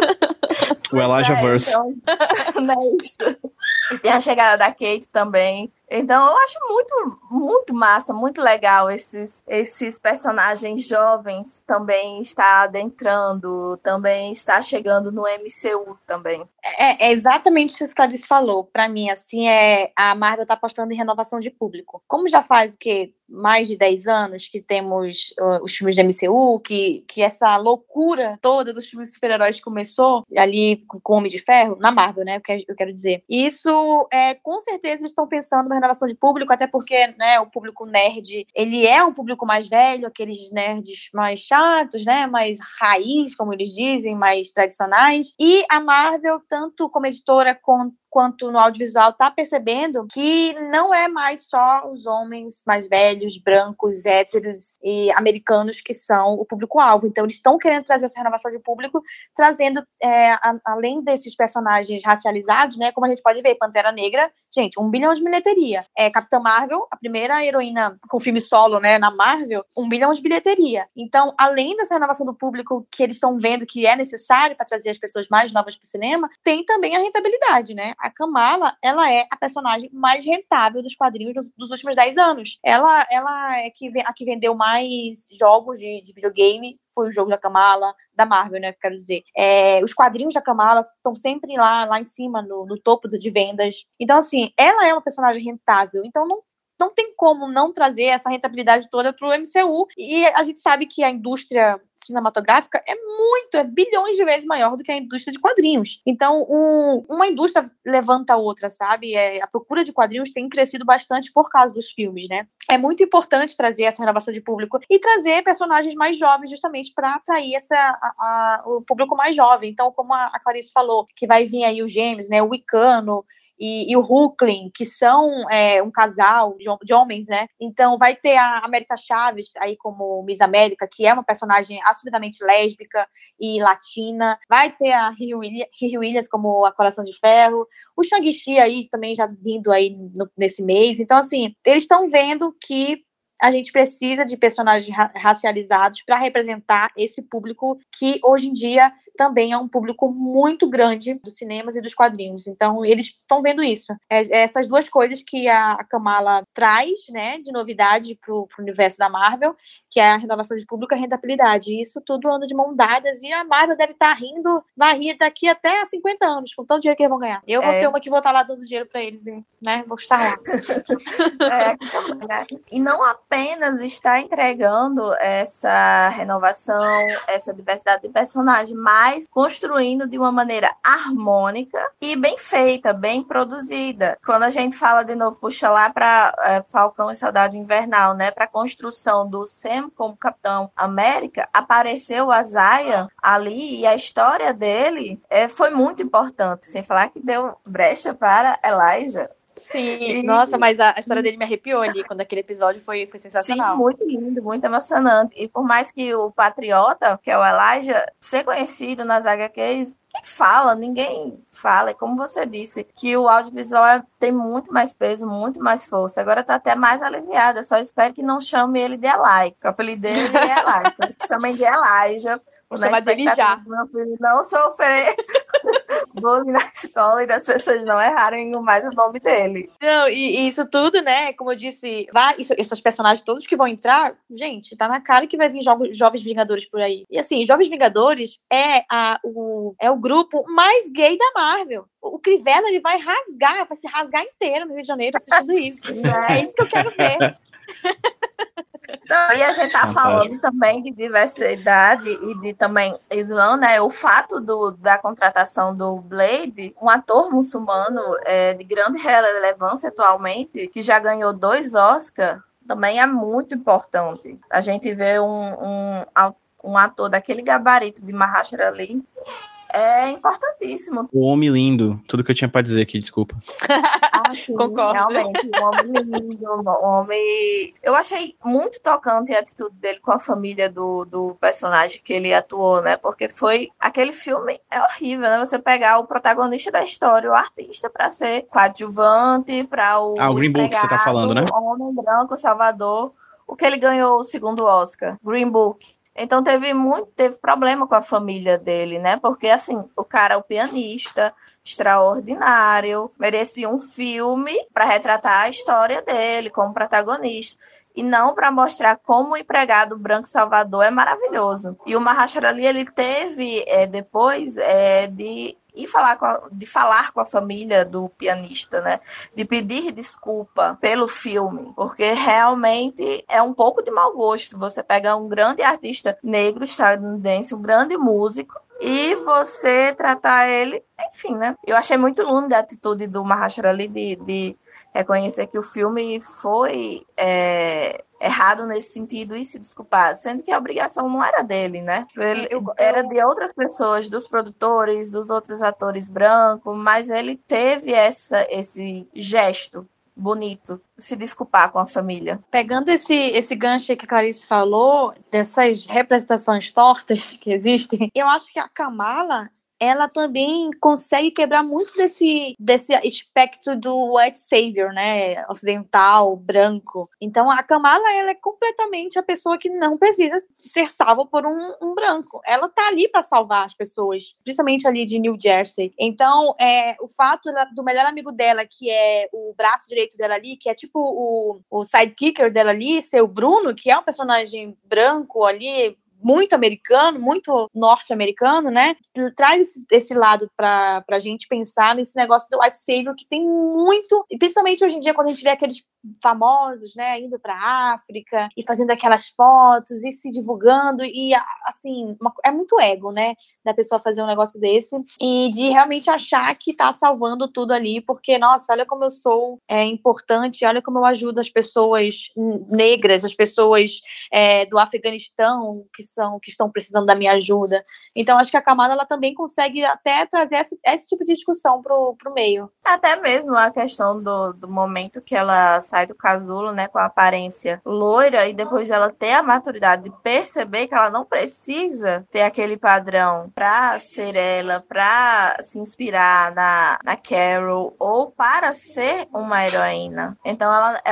O Elijah Verse. Então, não é isso. E tem a chegada da Kate também. Então, eu acho muito, muito massa, muito legal esses personagens jovens também está adentrando, também está chegando no MCU também. É exatamente isso que a Clarice falou. Pra mim, assim, a Marvel tá apostando em renovação de público. Como já faz o quê? Mais de 10 anos que temos os filmes da MCU, que essa loucura toda dos filmes de super-heróis começou ali com o Homem de Ferro, na Marvel, né? Eu quero dizer. E isso, com certeza, eles estão pensando na renovação de público, até porque, né, o público nerd, ele é um público mais velho, aqueles nerds mais chatos, né? Mais raiz, como eles dizem, mais tradicionais. E a Marvel, tanto como editora quanto no audiovisual, tá percebendo que não é mais só os homens mais velhos, brancos, héteros e americanos que são o público-alvo. Então, eles estão querendo trazer essa renovação de público, trazendo, além desses personagens racializados, né, como a gente pode ver, Pantera Negra, gente, 1 bilhão de bilheteria. Capitã Marvel, a primeira heroína com filme solo, né, na Marvel, 1 bilhão de bilheteria. Então, além dessa renovação do público que eles estão vendo que é necessário para trazer as pessoas mais novas para o cinema, tem também a rentabilidade, né? A Kamala, ela é a personagem mais rentável dos quadrinhos dos últimos 10 anos. Ela é a que vendeu mais jogos de videogame, foi o jogo da Kamala, da Marvel, né, quero dizer. Os quadrinhos da Kamala estão sempre lá em cima, no topo de vendas. Então, assim, ela é uma personagem rentável. Então, não tem como não trazer essa rentabilidade toda pro MCU. E a gente sabe que a indústria cinematográfica é bilhões de vezes maior do que a indústria de quadrinhos. Então, uma indústria levanta a outra, sabe? A procura de quadrinhos tem crescido bastante por causa dos filmes, né? É muito importante trazer essa renovação de público e trazer personagens mais jovens justamente para atrair o público mais jovem. Então, como a Clarice falou, que vai vir aí os gêmeos, né? O Wicano e o Hulkling, que são um casal de homens, né? Então vai ter a América Chaves aí como Miss América, que é uma personagem assumidamente lésbica e latina. Vai ter a Riri Williams como a Coração de Ferro. O Shang-Chi aí também já vindo aí nesse mês. Então, assim, eles estão vendo que a gente precisa de personagens racializados para representar esse público que hoje em dia também é um público muito grande dos cinemas e dos quadrinhos. Então, eles estão vendo isso. Essas duas coisas que a Kamala traz, né, de novidade para o universo da Marvel, que é a renovação de público e a rentabilidade. E isso tudo anda de mão dadas, e a Marvel deve estar rindo, vai rir daqui até 50 anos, com todo o dinheiro que eles vão ganhar. Eu vou ser uma que vou estar lá dando dinheiro para eles, né? Vou estar lá. Né? E não apenas está entregando essa renovação, essa diversidade de personagem, mas construindo de uma maneira harmônica e bem feita, bem produzida. Quando a gente fala de novo, puxa lá para Falcão e Soldado Invernal, né, para a construção do Sam como Capitão América, apareceu a Zaya ali, e a história dele foi muito importante, sem falar que deu brecha para Elijah. Sim, nossa, mas a história dele me arrepiou ali, quando aquele episódio foi sensacional. Sim, muito lindo, muito emocionante. E por mais que o Patriota, que é o Elijah, ser conhecido nas HQs, quem fala? Ninguém fala. E como você disse, que o audiovisual tem muito mais peso, muito mais força. Agora eu tô até mais aliviada, só espero que não chame ele de Eli. O apelido dele é Elijah. Chamem de Elijah. Vou chamar dele já. Meu filho não sofrer bullying na escola e das pessoas não errarem mais o nome dele. Não, e isso tudo, né, como eu disse, esses personagens todos que vão entrar, gente, tá na cara que vai vir Jovens Vingadores por aí. E assim, Jovens Vingadores é o grupo mais gay da Marvel. O Crivella, ele vai se rasgar inteiro no Rio de Janeiro assistindo isso. É isso que eu quero ver. Não, e a gente tá falando também de diversidade e de também Islã, né? O fato da contratação do Blade, um ator muçulmano de grande relevância atualmente, que já ganhou 2 Oscars, também é muito importante. A gente vê um ator daquele gabarito de Mahershala Ali, é importantíssimo. O homem lindo, tudo que eu tinha pra dizer aqui, desculpa. Sim, concordo. Realmente, um homem lindo, um homem... Eu achei muito tocante a atitude dele com a família do personagem que ele atuou, né? Porque foi... Aquele filme é horrível, né? Você pegar o protagonista da história, o artista, para ser coadjuvante, para o Green Book que você tá falando, né? O homem branco, Salvador, o que ele ganhou o 2º Oscar, Green Book. Então teve problema com a família dele, né? Porque, assim, o cara é o pianista, extraordinário, merecia um filme para retratar a história dele como protagonista, e não para mostrar como o empregado branco Salvador é maravilhoso. E o Mahershala Ali, ele teve, depois, de falar com a família do pianista, né? De pedir desculpa pelo filme, porque realmente é um pouco de mau gosto você pegar um grande artista negro estadunidense, um grande músico, e você tratar ele, enfim, né? Eu achei muito linda a atitude do Mahershala Ali de reconhecer que o filme foi errado nesse sentido e se desculpar, sendo que a obrigação não era dele, né? Era de outras pessoas, dos produtores, dos outros atores brancos, mas ele teve esse gesto bonito, se desculpar com a família. Pegando esse gancho que a Clarice falou, dessas representações tortas que existem, eu acho que a Kamala, ela também consegue quebrar muito desse aspecto do white savior, né, ocidental, branco. Então a Kamala, ela é completamente a pessoa que não precisa ser salva por um branco. Ela tá ali para salvar as pessoas, principalmente ali de New Jersey. Então o fato do melhor amigo dela, que é o braço direito dela ali, que é tipo o sidekicker dela ali, ser o Bruno, que é um personagem branco ali, muito americano, muito norte-americano, né? Traz esse lado pra gente pensar nesse negócio do white savior, que tem muito, e principalmente hoje em dia, quando a gente vê aqueles famosos, né, indo pra África e fazendo aquelas fotos e se divulgando, e assim, é muito ego, né, da pessoa fazer um negócio desse e de realmente achar que tá salvando tudo ali, porque, nossa, olha como eu sou importante, olha como eu ajudo as pessoas negras, as pessoas do Afeganistão que estão precisando da minha ajuda. Então, acho que a Kamala, ela também consegue até trazer esse tipo de discussão pro meio. Até mesmo a questão do momento que ela sai do casulo, né, com a aparência loira, e depois ela ter a maturidade de perceber que ela não precisa ter aquele padrão para ser ela, para se inspirar na Carol, ou para ser uma heroína. Então ela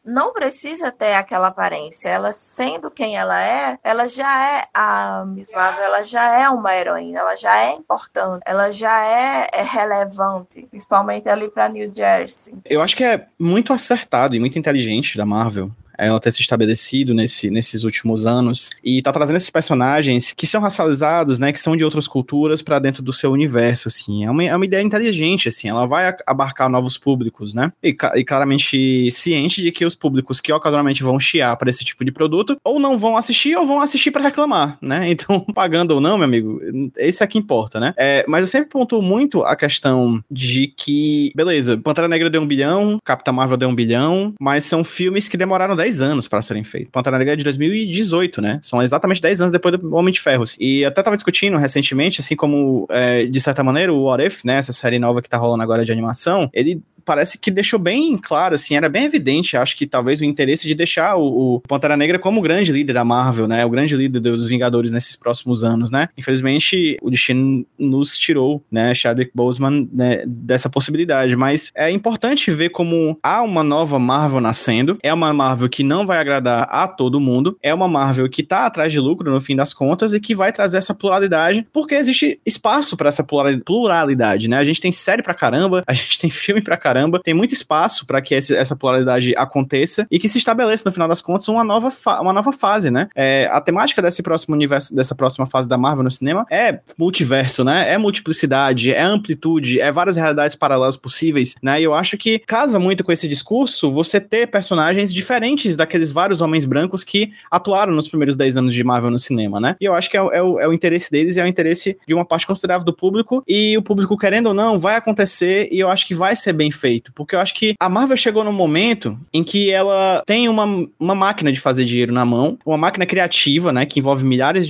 não precisa ter aquela aparência. Ela, sendo quem ela já é a Miss Marvel, ela já é uma heroína, ela já é importante, ela já é relevante, principalmente ali para New Jersey. Eu acho que é muito acertado e muito inteligente da Marvel ela ter se estabelecido nesses últimos anos e tá trazendo esses personagens que são racializados, né, que são de outras culturas pra dentro do seu universo, assim, é uma ideia inteligente, assim, ela vai abarcar novos públicos, né, e claramente ciente de que os públicos que ocasionalmente vão chiar pra esse tipo de produto, ou não vão assistir, ou vão assistir pra reclamar, né, então, pagando ou não, meu amigo, esse é que importa, né, mas eu sempre pontuo muito a questão de que, beleza, Pantera Negra deu 1 bilhão, Capitã Marvel deu 1 bilhão, mas são filmes que demoraram 10 anos para serem feitos. Pantera Negra é de 2018, né? São exatamente 10 anos depois do Homem de Ferro. E até tava discutindo recentemente, assim como, de certa maneira, o What If, né? Essa série nova que tá rolando agora de animação, ele parece que deixou bem claro, assim, era bem evidente, acho que talvez o interesse de deixar o Pantera Negra como o grande líder da Marvel, né, o grande líder dos Vingadores nesses próximos anos, né, infelizmente o destino nos tirou, né, Chadwick Boseman, né, dessa possibilidade, mas é importante ver como há uma nova Marvel nascendo, é uma Marvel que não vai agradar a todo mundo, é uma Marvel que tá atrás de lucro no fim das contas e que vai trazer essa pluralidade, porque existe espaço para essa pluralidade, né, a gente tem série pra caramba, a gente tem filme pra caramba, tem muito espaço para que essa pluralidade aconteça e que se estabeleça, no final das contas, uma nova fase, né? A temática desse próximo universo, dessa próxima fase da Marvel no cinema é multiverso, né? É multiplicidade, é amplitude, é várias realidades paralelas possíveis, né? E eu acho que casa muito com esse discurso você ter personagens diferentes daqueles vários homens brancos que atuaram nos primeiros 10 anos de Marvel no cinema, né? E eu acho que é o interesse deles, é o interesse de uma parte considerável do público, e o público, querendo ou não, vai acontecer, e eu acho que vai ser bem feito, porque eu acho que a Marvel chegou num momento em que ela tem uma máquina de fazer dinheiro na mão, uma máquina criativa, né, que envolve milhares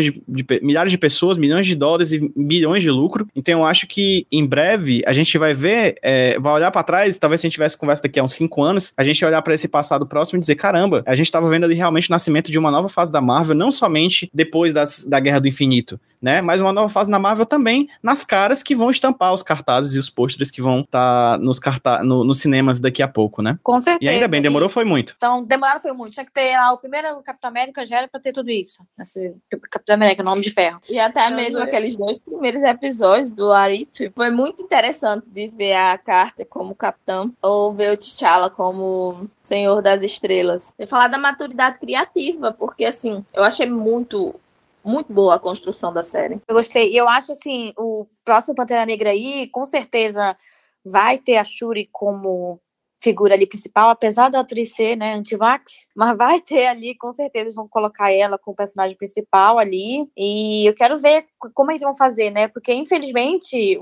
de pessoas, milhões de dólares e bilhões de lucro. Então eu acho que em breve a gente vai ver, vai olhar pra trás, talvez se a gente tivesse conversa daqui a uns 5 anos, a gente vai olhar pra esse passado próximo e dizer, caramba, a gente tava vendo ali realmente o nascimento de uma nova fase da Marvel, não somente depois da Guerra do Infinito, né, mas uma nova fase na Marvel também nas caras que vão estampar os cartazes e os pôsteres que vão estar nos cinemas daqui a pouco, né? Com certeza. E ainda bem, demorou foi muito. Então, demorado foi muito. Tinha que ter lá o primeiro Capitão América, já era pra ter tudo isso. Esse Capitão América, nome de ferro. E até mesmo aqueles 2 primeiros episódios do Arif, foi muito interessante de ver a Carter como capitão, ou ver o T'Challa como Senhor das Estrelas. E falar da maturidade criativa, porque assim, eu achei muito boa a construção da série. Eu gostei. E eu acho, assim, o próximo Pantera Negra aí, com certeza, vai ter a Shuri como figura ali principal, apesar da atriz ser, né, anti-vax, mas vai ter ali, com certeza, vão colocar ela como personagem principal ali, e eu quero ver como eles vão fazer, né, porque, infelizmente,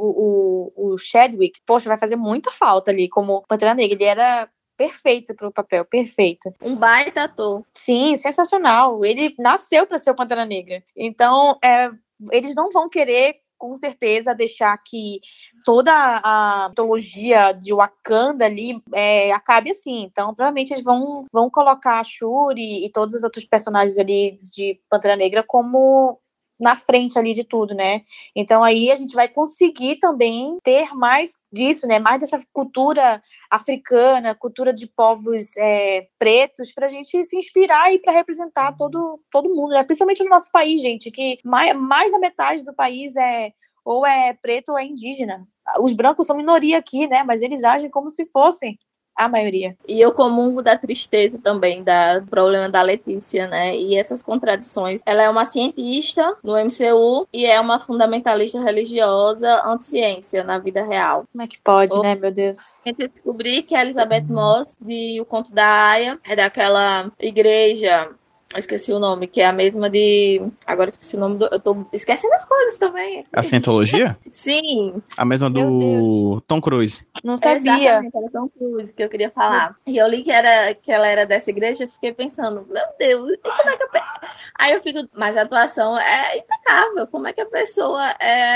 o Chadwick, poxa, vai fazer muita falta ali como Pantera Negra, ele era perfeito pro papel, perfeito. Um baita ator. Sim, sensacional. Ele nasceu para ser o Pantera Negra. Então, eles não vão querer, com certeza, deixar que toda a mitologia de Wakanda ali acabe assim. Então, provavelmente, eles vão colocar a Shuri e todos os outros personagens ali de Pantera Negra como na frente ali de tudo, né? Então aí a gente vai conseguir também ter mais disso, né? Mais dessa cultura africana, cultura de povos pretos, pra gente se inspirar e pra representar todo mundo, né? Principalmente no nosso país, gente, que mais da metade do país ou é preto ou é indígena. Os brancos são minoria aqui, né? Mas eles agem como se fossem a maioria. E eu comungo da tristeza também, do problema da Letícia, né? E essas contradições. Ela é uma cientista no MCU e é uma fundamentalista religiosa anti-ciência na vida real. Como é que pode, né, meu Deus? A gente descobri que a Elizabeth Moss, de O Conto da Aia, é daquela igreja... Eu esqueci o nome, que é a mesma de... Agora esqueci o nome do... Eu tô esquecendo as coisas também. A Cientologia? Sim. A mesma do Tom Cruise. Não sabia. Exatamente, era Tom Cruise que eu queria falar. E eu li que ela era dessa igreja e fiquei pensando, meu Deus, e como é que Aí eu fico... Mas a atuação é impecável. Como é que a pessoa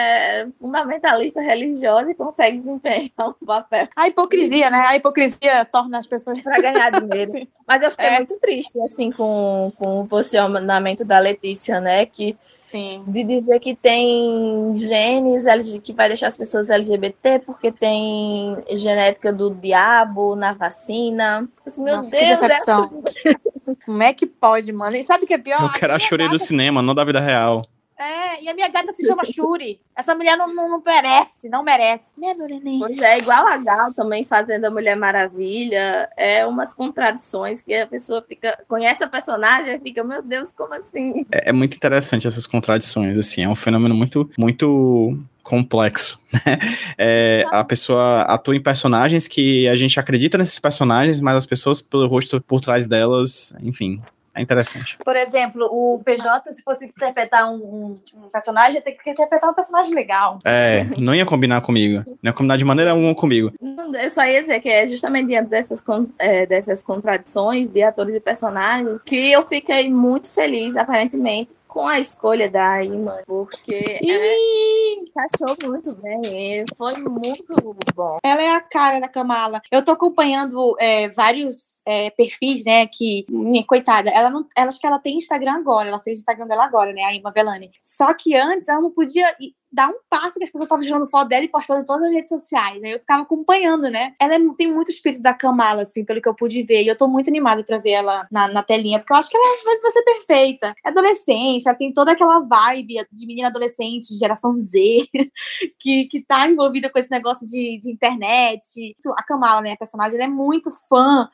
é fundamentalista religiosa e consegue desempenhar um papel? A hipocrisia, né? A hipocrisia torna as pessoas... Pra ganhar dinheiro. Mas eu fiquei muito triste, assim, com com o posicionamento da Letícia, né? Sim. De dizer que tem genes que vai deixar as pessoas LGBT porque tem genética do diabo na vacina. Meu Nossa, Deus, que decepção. Como é que pode, mano? E sabe o que é pior? Eu quero a Shuri do cinema, não da vida real. E a minha gata se chama Shuri. Essa mulher não merece, não merece. Né, Neném? Pois é, igual a Gal também fazendo a Mulher Maravilha. É umas contradições que a pessoa conhece a personagem e fica, meu Deus, como assim? É muito interessante essas contradições, assim, é um fenômeno muito, muito complexo, né? A pessoa atua em personagens que a gente acredita nesses personagens, mas as pessoas pelo rosto por trás delas, enfim... É interessante. Por exemplo, o PJ, se fosse interpretar um personagem, ia ter que interpretar um personagem legal. Não ia combinar comigo. Não ia combinar de maneira alguma comigo. Eu só ia dizer que é justamente diante dessas contradições de atores e personagens que eu fiquei muito feliz, aparentemente, com a escolha da Iman, porque encaixou muito bem, foi muito bom. Ela é a cara da Kamala. Eu tô acompanhando vários perfis, né, que, coitada, acho que ela tem Instagram agora, ela fez o Instagram dela agora, né, a Ima Velani. Só que antes ela não podia dar um passo que as pessoas estavam tirando foto dela e postando em todas as redes sociais. Aí eu ficava acompanhando, né? Ela tem muito espírito da Kamala, assim, pelo que eu pude ver. E eu tô muito animada pra ver ela na telinha, porque eu acho que ela vai ser perfeita. É adolescente, ela tem toda aquela vibe de menina adolescente, de geração Z, que tá envolvida com esse negócio de internet. A Kamala, né, a personagem, ela é muito fã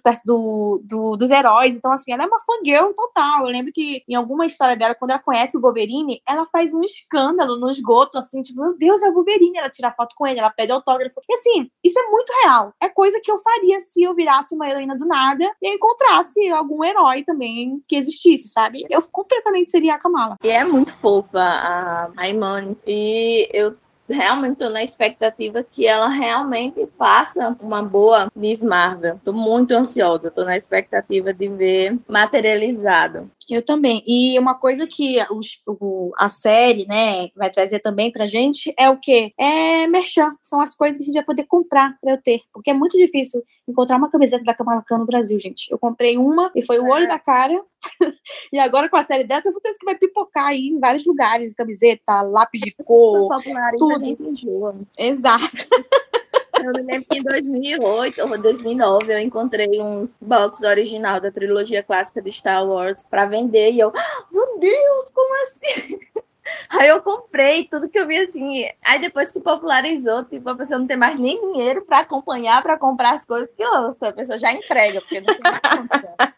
dos heróis. Então, assim, ela é uma fangirl total. Eu lembro que em alguma história dela, quando ela conhece o Wolverine, ela faz um escândalo no esgoto, assim, tipo, meu Deus, é o Wolverine. Ela tira foto com ele, ela pede autógrafo. E, assim, isso é muito real. É coisa que eu faria se eu virasse uma heroína do nada e eu encontrasse algum herói também que existisse, sabe? Eu completamente seria a Kamala. E é muito fofa a Imani. E eu realmente tô na expectativa que ela realmente faça uma boa Miss Marvel. Tô muito ansiosa, tô na expectativa de ver materializado. Eu também. E uma coisa que a série, né, vai trazer também pra gente é o quê? É merchan. São as coisas que a gente vai poder comprar pra eu ter. Porque é muito difícil encontrar uma camiseta da Kamala Khan no Brasil, gente. Eu comprei uma e foi o olho da cara. E agora com a série dela, tenho certeza que vai pipocar aí em vários lugares. Camiseta, lápis de cor, tudo. Exato. Eu me lembro que em 2008 ou 2009 eu encontrei uns box original da trilogia clássica de Star Wars para vender e eu, meu Deus, como assim? Aí eu comprei tudo que eu vi assim. Aí depois que popularizou, tipo, a pessoa não tem mais nem dinheiro para acompanhar, para comprar as coisas que lança. A pessoa já entrega, porque não tem mais conta.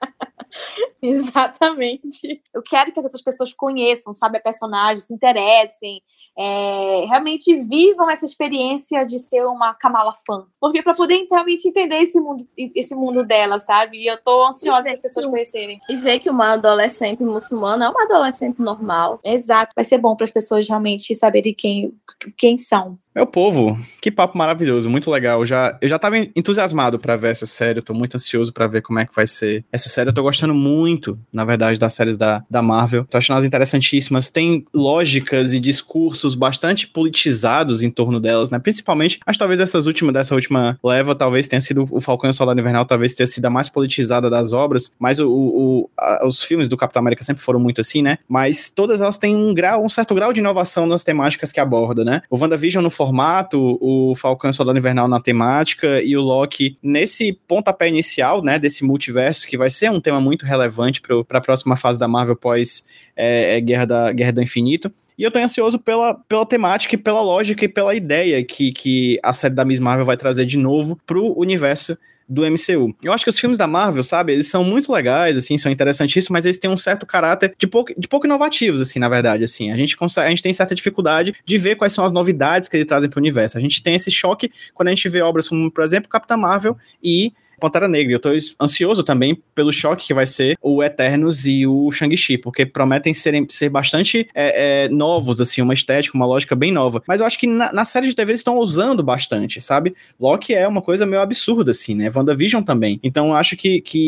Exatamente. Eu quero que as outras pessoas conheçam, sabe, a personagem, se interessem, realmente vivam essa experiência de ser uma Kamala fã. Porque para poder realmente entender esse mundo dela, sabe? E eu tô ansiosa para as pessoas conhecerem. E ver que uma adolescente muçulmana é uma adolescente normal. Exato. Vai ser bom para as pessoas realmente saberem quem são. Meu povo, que papo maravilhoso, muito legal. Eu já tava entusiasmado pra ver essa série, eu tô muito ansioso pra ver como é que vai ser essa série. Eu tô gostando muito, na verdade, das séries da Marvel. Tô achando elas interessantíssimas. Tem lógicas e discursos bastante politizados em torno delas, né? Principalmente, acho que talvez dessa última leva, talvez tenha sido o Falcão e o Soldado Invernal, talvez tenha sido a mais politizada das obras, mas os filmes do Capitão América sempre foram muito assim, né? Mas todas elas têm um certo grau de inovação nas temáticas que aborda, né? O WandaVision no formato, o Falcão e o Soldado Invernal na temática e o Loki nesse pontapé inicial, né, desse multiverso, que vai ser um tema muito relevante para a próxima fase da Marvel pós Guerra do Infinito. E eu tô ansioso pela temática e pela lógica e pela ideia que a série da Miss Marvel vai trazer de novo pro universo do MCU. Eu acho que os filmes da Marvel, sabe, eles são muito legais, assim, são interessantíssimos, mas eles têm um certo caráter de pouco inovativos, assim, na verdade, assim. A gente tem certa dificuldade de ver quais são as novidades que eles trazem pro universo. A gente tem esse choque quando a gente vê obras como, por exemplo, Capitã Marvel e Pantera Negra. Eu tô ansioso também pelo choque que vai ser o Eternos e o Shang-Chi, porque prometem ser bastante novos, assim, uma estética, uma lógica bem nova. Mas eu acho que na série de TV eles estão usando bastante, sabe? Loki é uma coisa meio absurda, assim, né? WandaVision também. Então eu acho que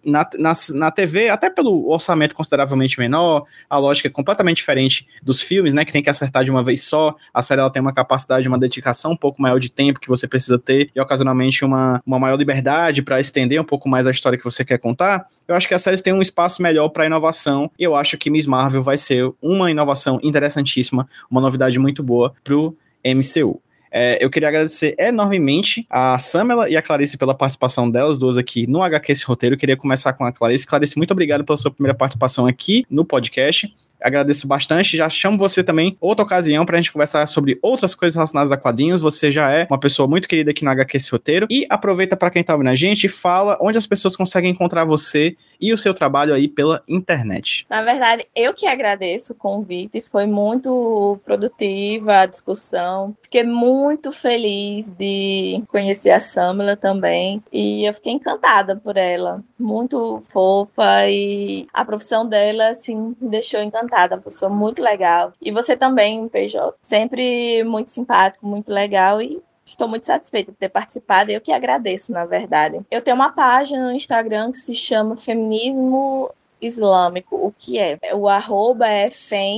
na TV, até pelo orçamento consideravelmente menor, a lógica é completamente diferente dos filmes, né, que tem que acertar de uma vez só. A série ela tem uma capacidade, uma dedicação um pouco maior de tempo que você precisa ter e ocasionalmente uma maior liberdade para estender um pouco mais a história que você quer contar. Eu acho que as séries têm um espaço melhor para inovação e eu acho que Miss Marvel vai ser uma inovação interessantíssima, uma novidade muito boa pro MCU. Eu queria agradecer enormemente a Samela e a Clarice pela participação delas duas aqui no HQ Esse Roteiro. Eu queria começar com a Clarice. Clarice, muito obrigado pela sua primeira participação aqui no podcast. Agradeço bastante, já chamo você também outra ocasião pra gente conversar sobre outras coisas relacionadas a quadrinhos. Você já é uma pessoa muito querida aqui no HQ Esse Roteiro. E aproveita pra quem tá ouvindo a gente e fala onde as pessoas conseguem encontrar você e o seu trabalho aí pela internet. Na verdade, eu que agradeço o convite, foi muito produtiva a discussão. Fiquei muito feliz de conhecer a Samela também e eu fiquei encantada por ela, muito fofa e a profissão dela, assim, me deixou encantada, uma pessoa muito legal. E você também, PJ, sempre muito simpático, muito legal e estou muito satisfeita de ter participado. Eu que agradeço, na verdade. Eu tenho uma página no Instagram que se chama Feminismo Islâmico. O que é? O arroba é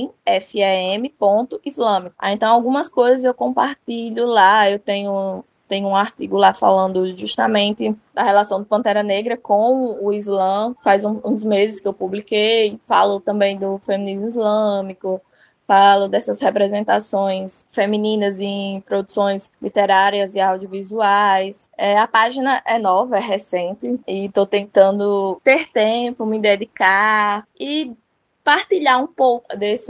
fem.islâmico. Então, algumas coisas eu compartilho lá. Eu tenho um artigo lá falando justamente da relação do Pantera Negra com o Islã. Faz uns meses que eu publiquei. Falo também do feminismo islâmico. Falo dessas representações femininas em produções literárias e audiovisuais. A página é nova, é recente, e estou tentando ter tempo, me dedicar e partilhar um pouco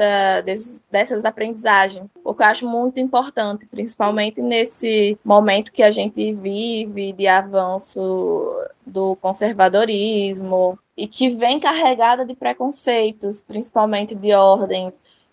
dessas aprendizagens, porque eu acho muito importante, principalmente nesse momento que a gente vive de avanço do conservadorismo e que vem carregada de preconceitos, principalmente de ordens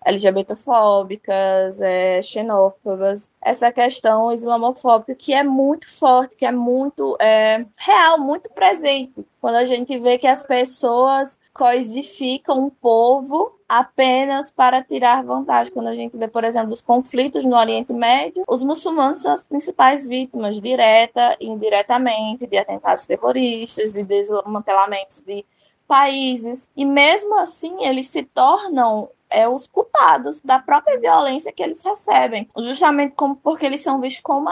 LGBTfóbicas, xenófobas, essa questão islamofóbica que é muito forte, que é muito real, muito presente. Quando a gente vê que as pessoas coisificam um povo apenas para tirar vantagem. Quando a gente vê, por exemplo, os conflitos no Oriente Médio, os muçulmanos são as principais vítimas, direta e indiretamente, de atentados terroristas, de desmantelamentos de países. E mesmo assim, eles se tornam os culpados da própria violência que eles recebem, justamente porque eles são vistos como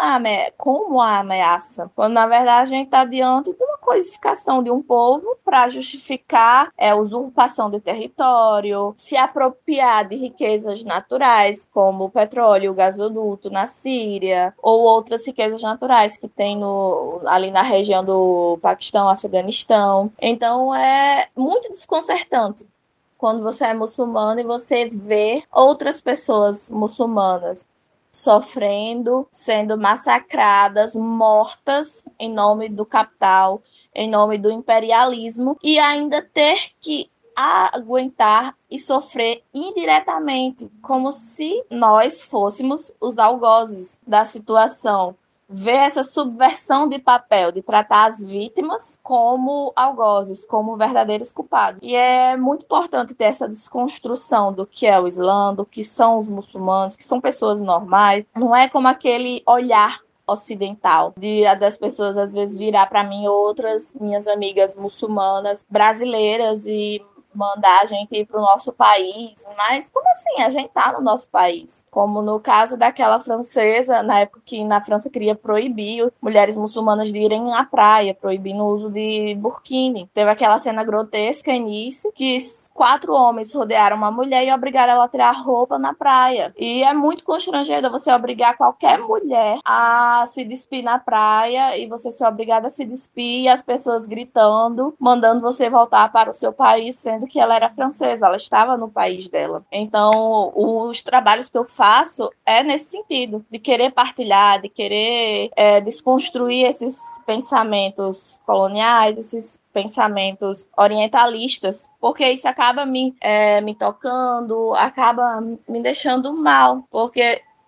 a ameaça, quando na verdade a gente está diante de uma coisificação de um povo para justificar a usurpação do território, se apropriar de riquezas naturais como o petróleo, o gasoduto na Síria, ou outras riquezas naturais que tem ali na região do Paquistão, Afeganistão. Então é muito desconcertante quando você é muçulmano e você vê outras pessoas muçulmanas sofrendo, sendo massacradas, mortas em nome do capital, em nome do imperialismo, e ainda ter que aguentar e sofrer indiretamente, como se nós fôssemos os algozes da situação. Ver essa subversão de papel, de tratar as vítimas como algozes, como verdadeiros culpados. E é muito importante ter essa desconstrução do que é o Islã, do que são os muçulmanos, que são pessoas normais. Não é como aquele olhar ocidental, das pessoas às vezes virar para mim outras minhas amigas muçulmanas brasileiras e mandar a gente ir para o nosso país, mas como assim? A gente tá no nosso país. Como no caso daquela francesa, na época que na França queria proibir mulheres muçulmanas de irem à praia, proibindo o uso de burkini. Teve aquela cena grotesca início, que 4 homens rodearam uma mulher e obrigaram ela a tirar a roupa na praia. E é muito constrangedor você obrigar qualquer mulher a se despir na praia e você ser obrigada a se despir e as pessoas gritando, mandando você voltar para o seu país, sendo que ela era francesa, ela estava no país dela. Então, os trabalhos que eu faço é nesse sentido, de querer partilhar, de querer desconstruir esses pensamentos coloniais, esses pensamentos orientalistas, porque isso acaba me tocando, acaba me deixando mal, porque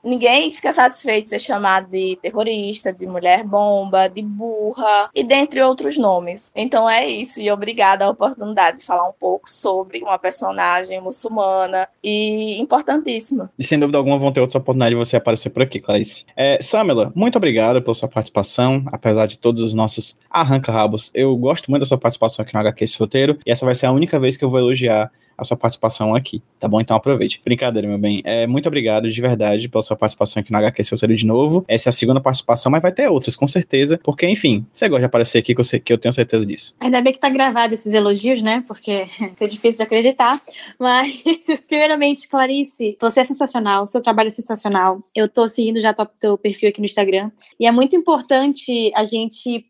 ninguém fica satisfeito de ser chamado de terrorista, de mulher bomba, de burra e dentre outros nomes. Então é isso, e obrigada a oportunidade de falar um pouco sobre uma personagem muçulmana e importantíssima. E sem dúvida alguma vão ter outras oportunidades de você aparecer por aqui, Clarice. Samela, muito obrigado pela sua participação, apesar de todos os nossos arranca-rabos. Eu gosto muito da sua participação aqui no HQ Esse Roteiro, e essa vai ser a única vez que eu vou elogiar a sua participação aqui, tá bom? Então aproveite. Brincadeira, meu bem. Muito obrigado de verdade pela sua participação aqui no HQ Esse Roteiro de novo. Essa é a segunda participação, mas vai ter outras, com certeza, porque, enfim, você gosta de aparecer aqui, que eu tenho certeza disso. Ainda bem que tá gravado esses elogios, né? Porque é difícil de acreditar. Mas, primeiramente, Clarice, você é sensacional, seu trabalho é sensacional. Eu tô seguindo já teu perfil aqui no Instagram. E é muito importante a gente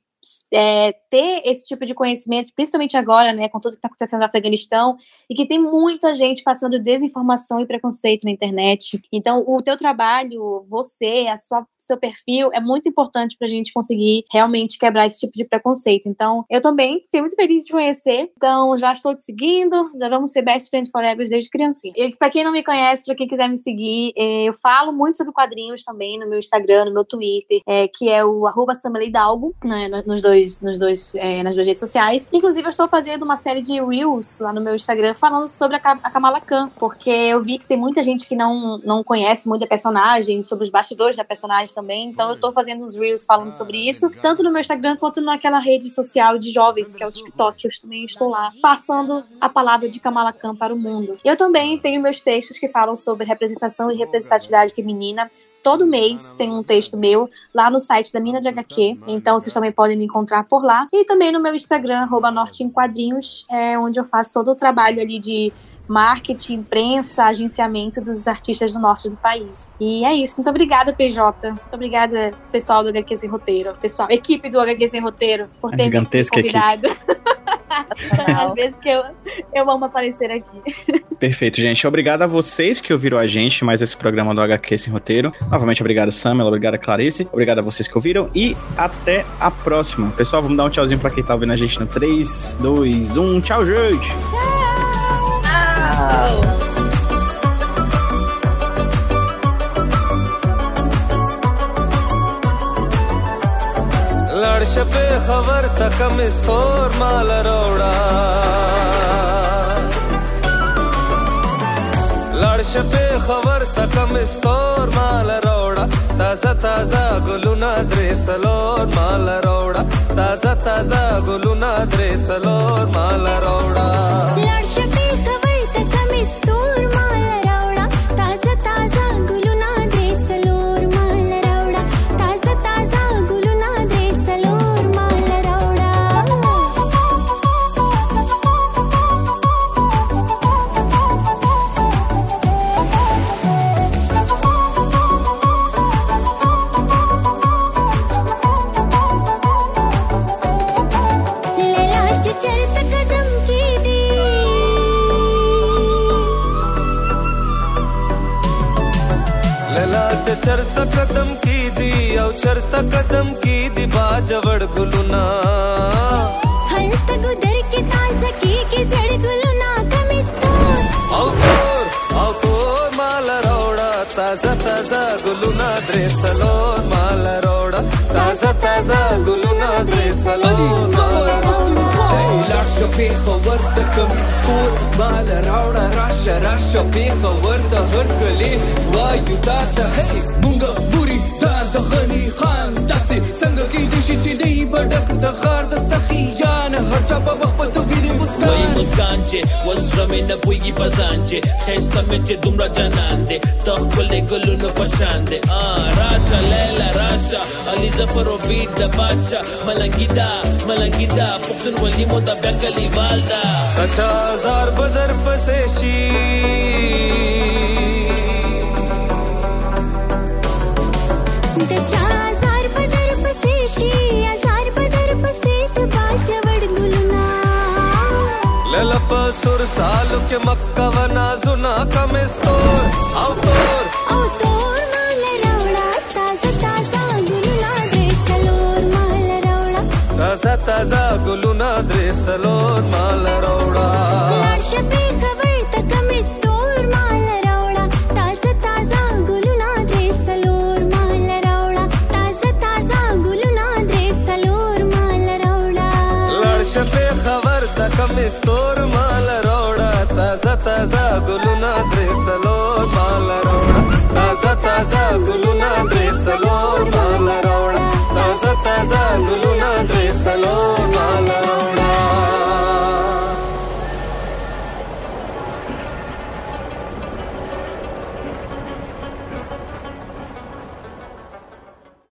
ter esse tipo de conhecimento, principalmente agora, né, com tudo que está acontecendo no Afeganistão, e que tem muita gente passando desinformação e preconceito na internet. Então, o teu trabalho, seu perfil, é muito importante para a gente conseguir realmente quebrar esse tipo de preconceito. Então, eu também fiquei muito feliz de conhecer. Então, já estou te seguindo, já vamos ser best friend forever desde criancinha. E para quem não me conhece, para quem quiser me seguir, eu falo muito sobre quadrinhos também no meu Instagram, no meu Twitter, que é o @SamelaHidalgo, né, nas duas redes sociais. Inclusive, eu estou fazendo uma série de Reels lá no meu Instagram falando sobre a Kamala Khan, porque eu vi que tem muita gente que não conhece muito a personagem, sobre os bastidores da personagem também. Então, eu estou fazendo uns Reels falando sobre isso, tanto no meu Instagram quanto naquela rede social de jovens, que é o TikTok. Eu também estou lá passando a palavra de Kamala Khan para o mundo. Eu também tenho meus textos que falam sobre representação e representatividade feminina. Todo mês tem um texto meu lá no site da Mina de HQ, então vocês também podem me encontrar por lá. E também no meu Instagram, @norteenquadrinhos, onde eu faço todo o trabalho ali de marketing, imprensa, agenciamento dos artistas do norte do país. E é isso. Muito obrigada, PJ. Muito obrigada, pessoal do HQ Sem Roteiro. Pessoal, equipe do HQ Sem Roteiro, por ter me convidado. Às vezes que eu amo aparecer aqui. Perfeito, gente. Obrigado a vocês que ouviram a gente mais esse programa do HQ Sem Roteiro. Novamente, obrigado, Samela. Obrigado, Clarice. Obrigado a vocês que ouviram. E até a próxima. Pessoal, vamos dar um tchauzinho pra quem tá ouvindo a gente no 3, 2, 1. Tchau, gente! लड़ पे खबर तक मिस्तोर माल रोड़ा लड़ पे खबर तक मिस्तोर माल रोड़ा ताजा ताजा गुलुना द्रेसलोर माल रोड़ा ताजा ताजा गुलुना द्रेसलोर माल रोड़ा लड़ पे खबर तक मिस्तोर माल रोड़ा ताजा ताजा गुलुना द्रेसलोर माल रोड़ा ताजा ताजा गुलुना द्रेसलोर माल रोड़ा लैला चचरत कदम की दी लला चरता कदम की दी औ चरता कदम की दी बाजवड़ गुलुना हल तक उधर के ताजा की जड़ गुलुना कमिस्तोर औ तोर माल रोड़ा ताजा ताजा गुलुना द्रेसलोर माल रोड़ा ताजा ताजा गुलुना द्रेसलोर माल रोड़ा Lascia pe خبرته کمیستور مال راوړه راشه pe خبرته هرکلی وایو تا ته هی مونږه بوري تا د غني خان داسې څنګه کې د شي چې دی بډک د غار د سخیان هر چا په وخت په ویني مسکان وای مسکان چې وسره مې نه پويږي پسان چې خسته مې چې دومره جنان دې تخپل ګلونو پشان دې راشه لیلا راشه علي ظفر او بیت د بادشاه ملنګیدا پختون ولی مو د بکلی والدا 50,000 بدر پسې شي د 4000 بدر پسې شي 1000 بدر پسې د باجوړ ګلنا للا پسور سالو کې مکه ونا زنا کمستور او تور مال روڑا تازه تازه ګلنا دې سلور مال روڑا ताजा ताजा गुलुना द्रेसलोर माल रोड़ा लड़ पे खबर तक मिस्तोर माल रोड़ा ताजा ताजा गुलना दे कमी स्टोर माल रवडा ताजा ताजा गुलुना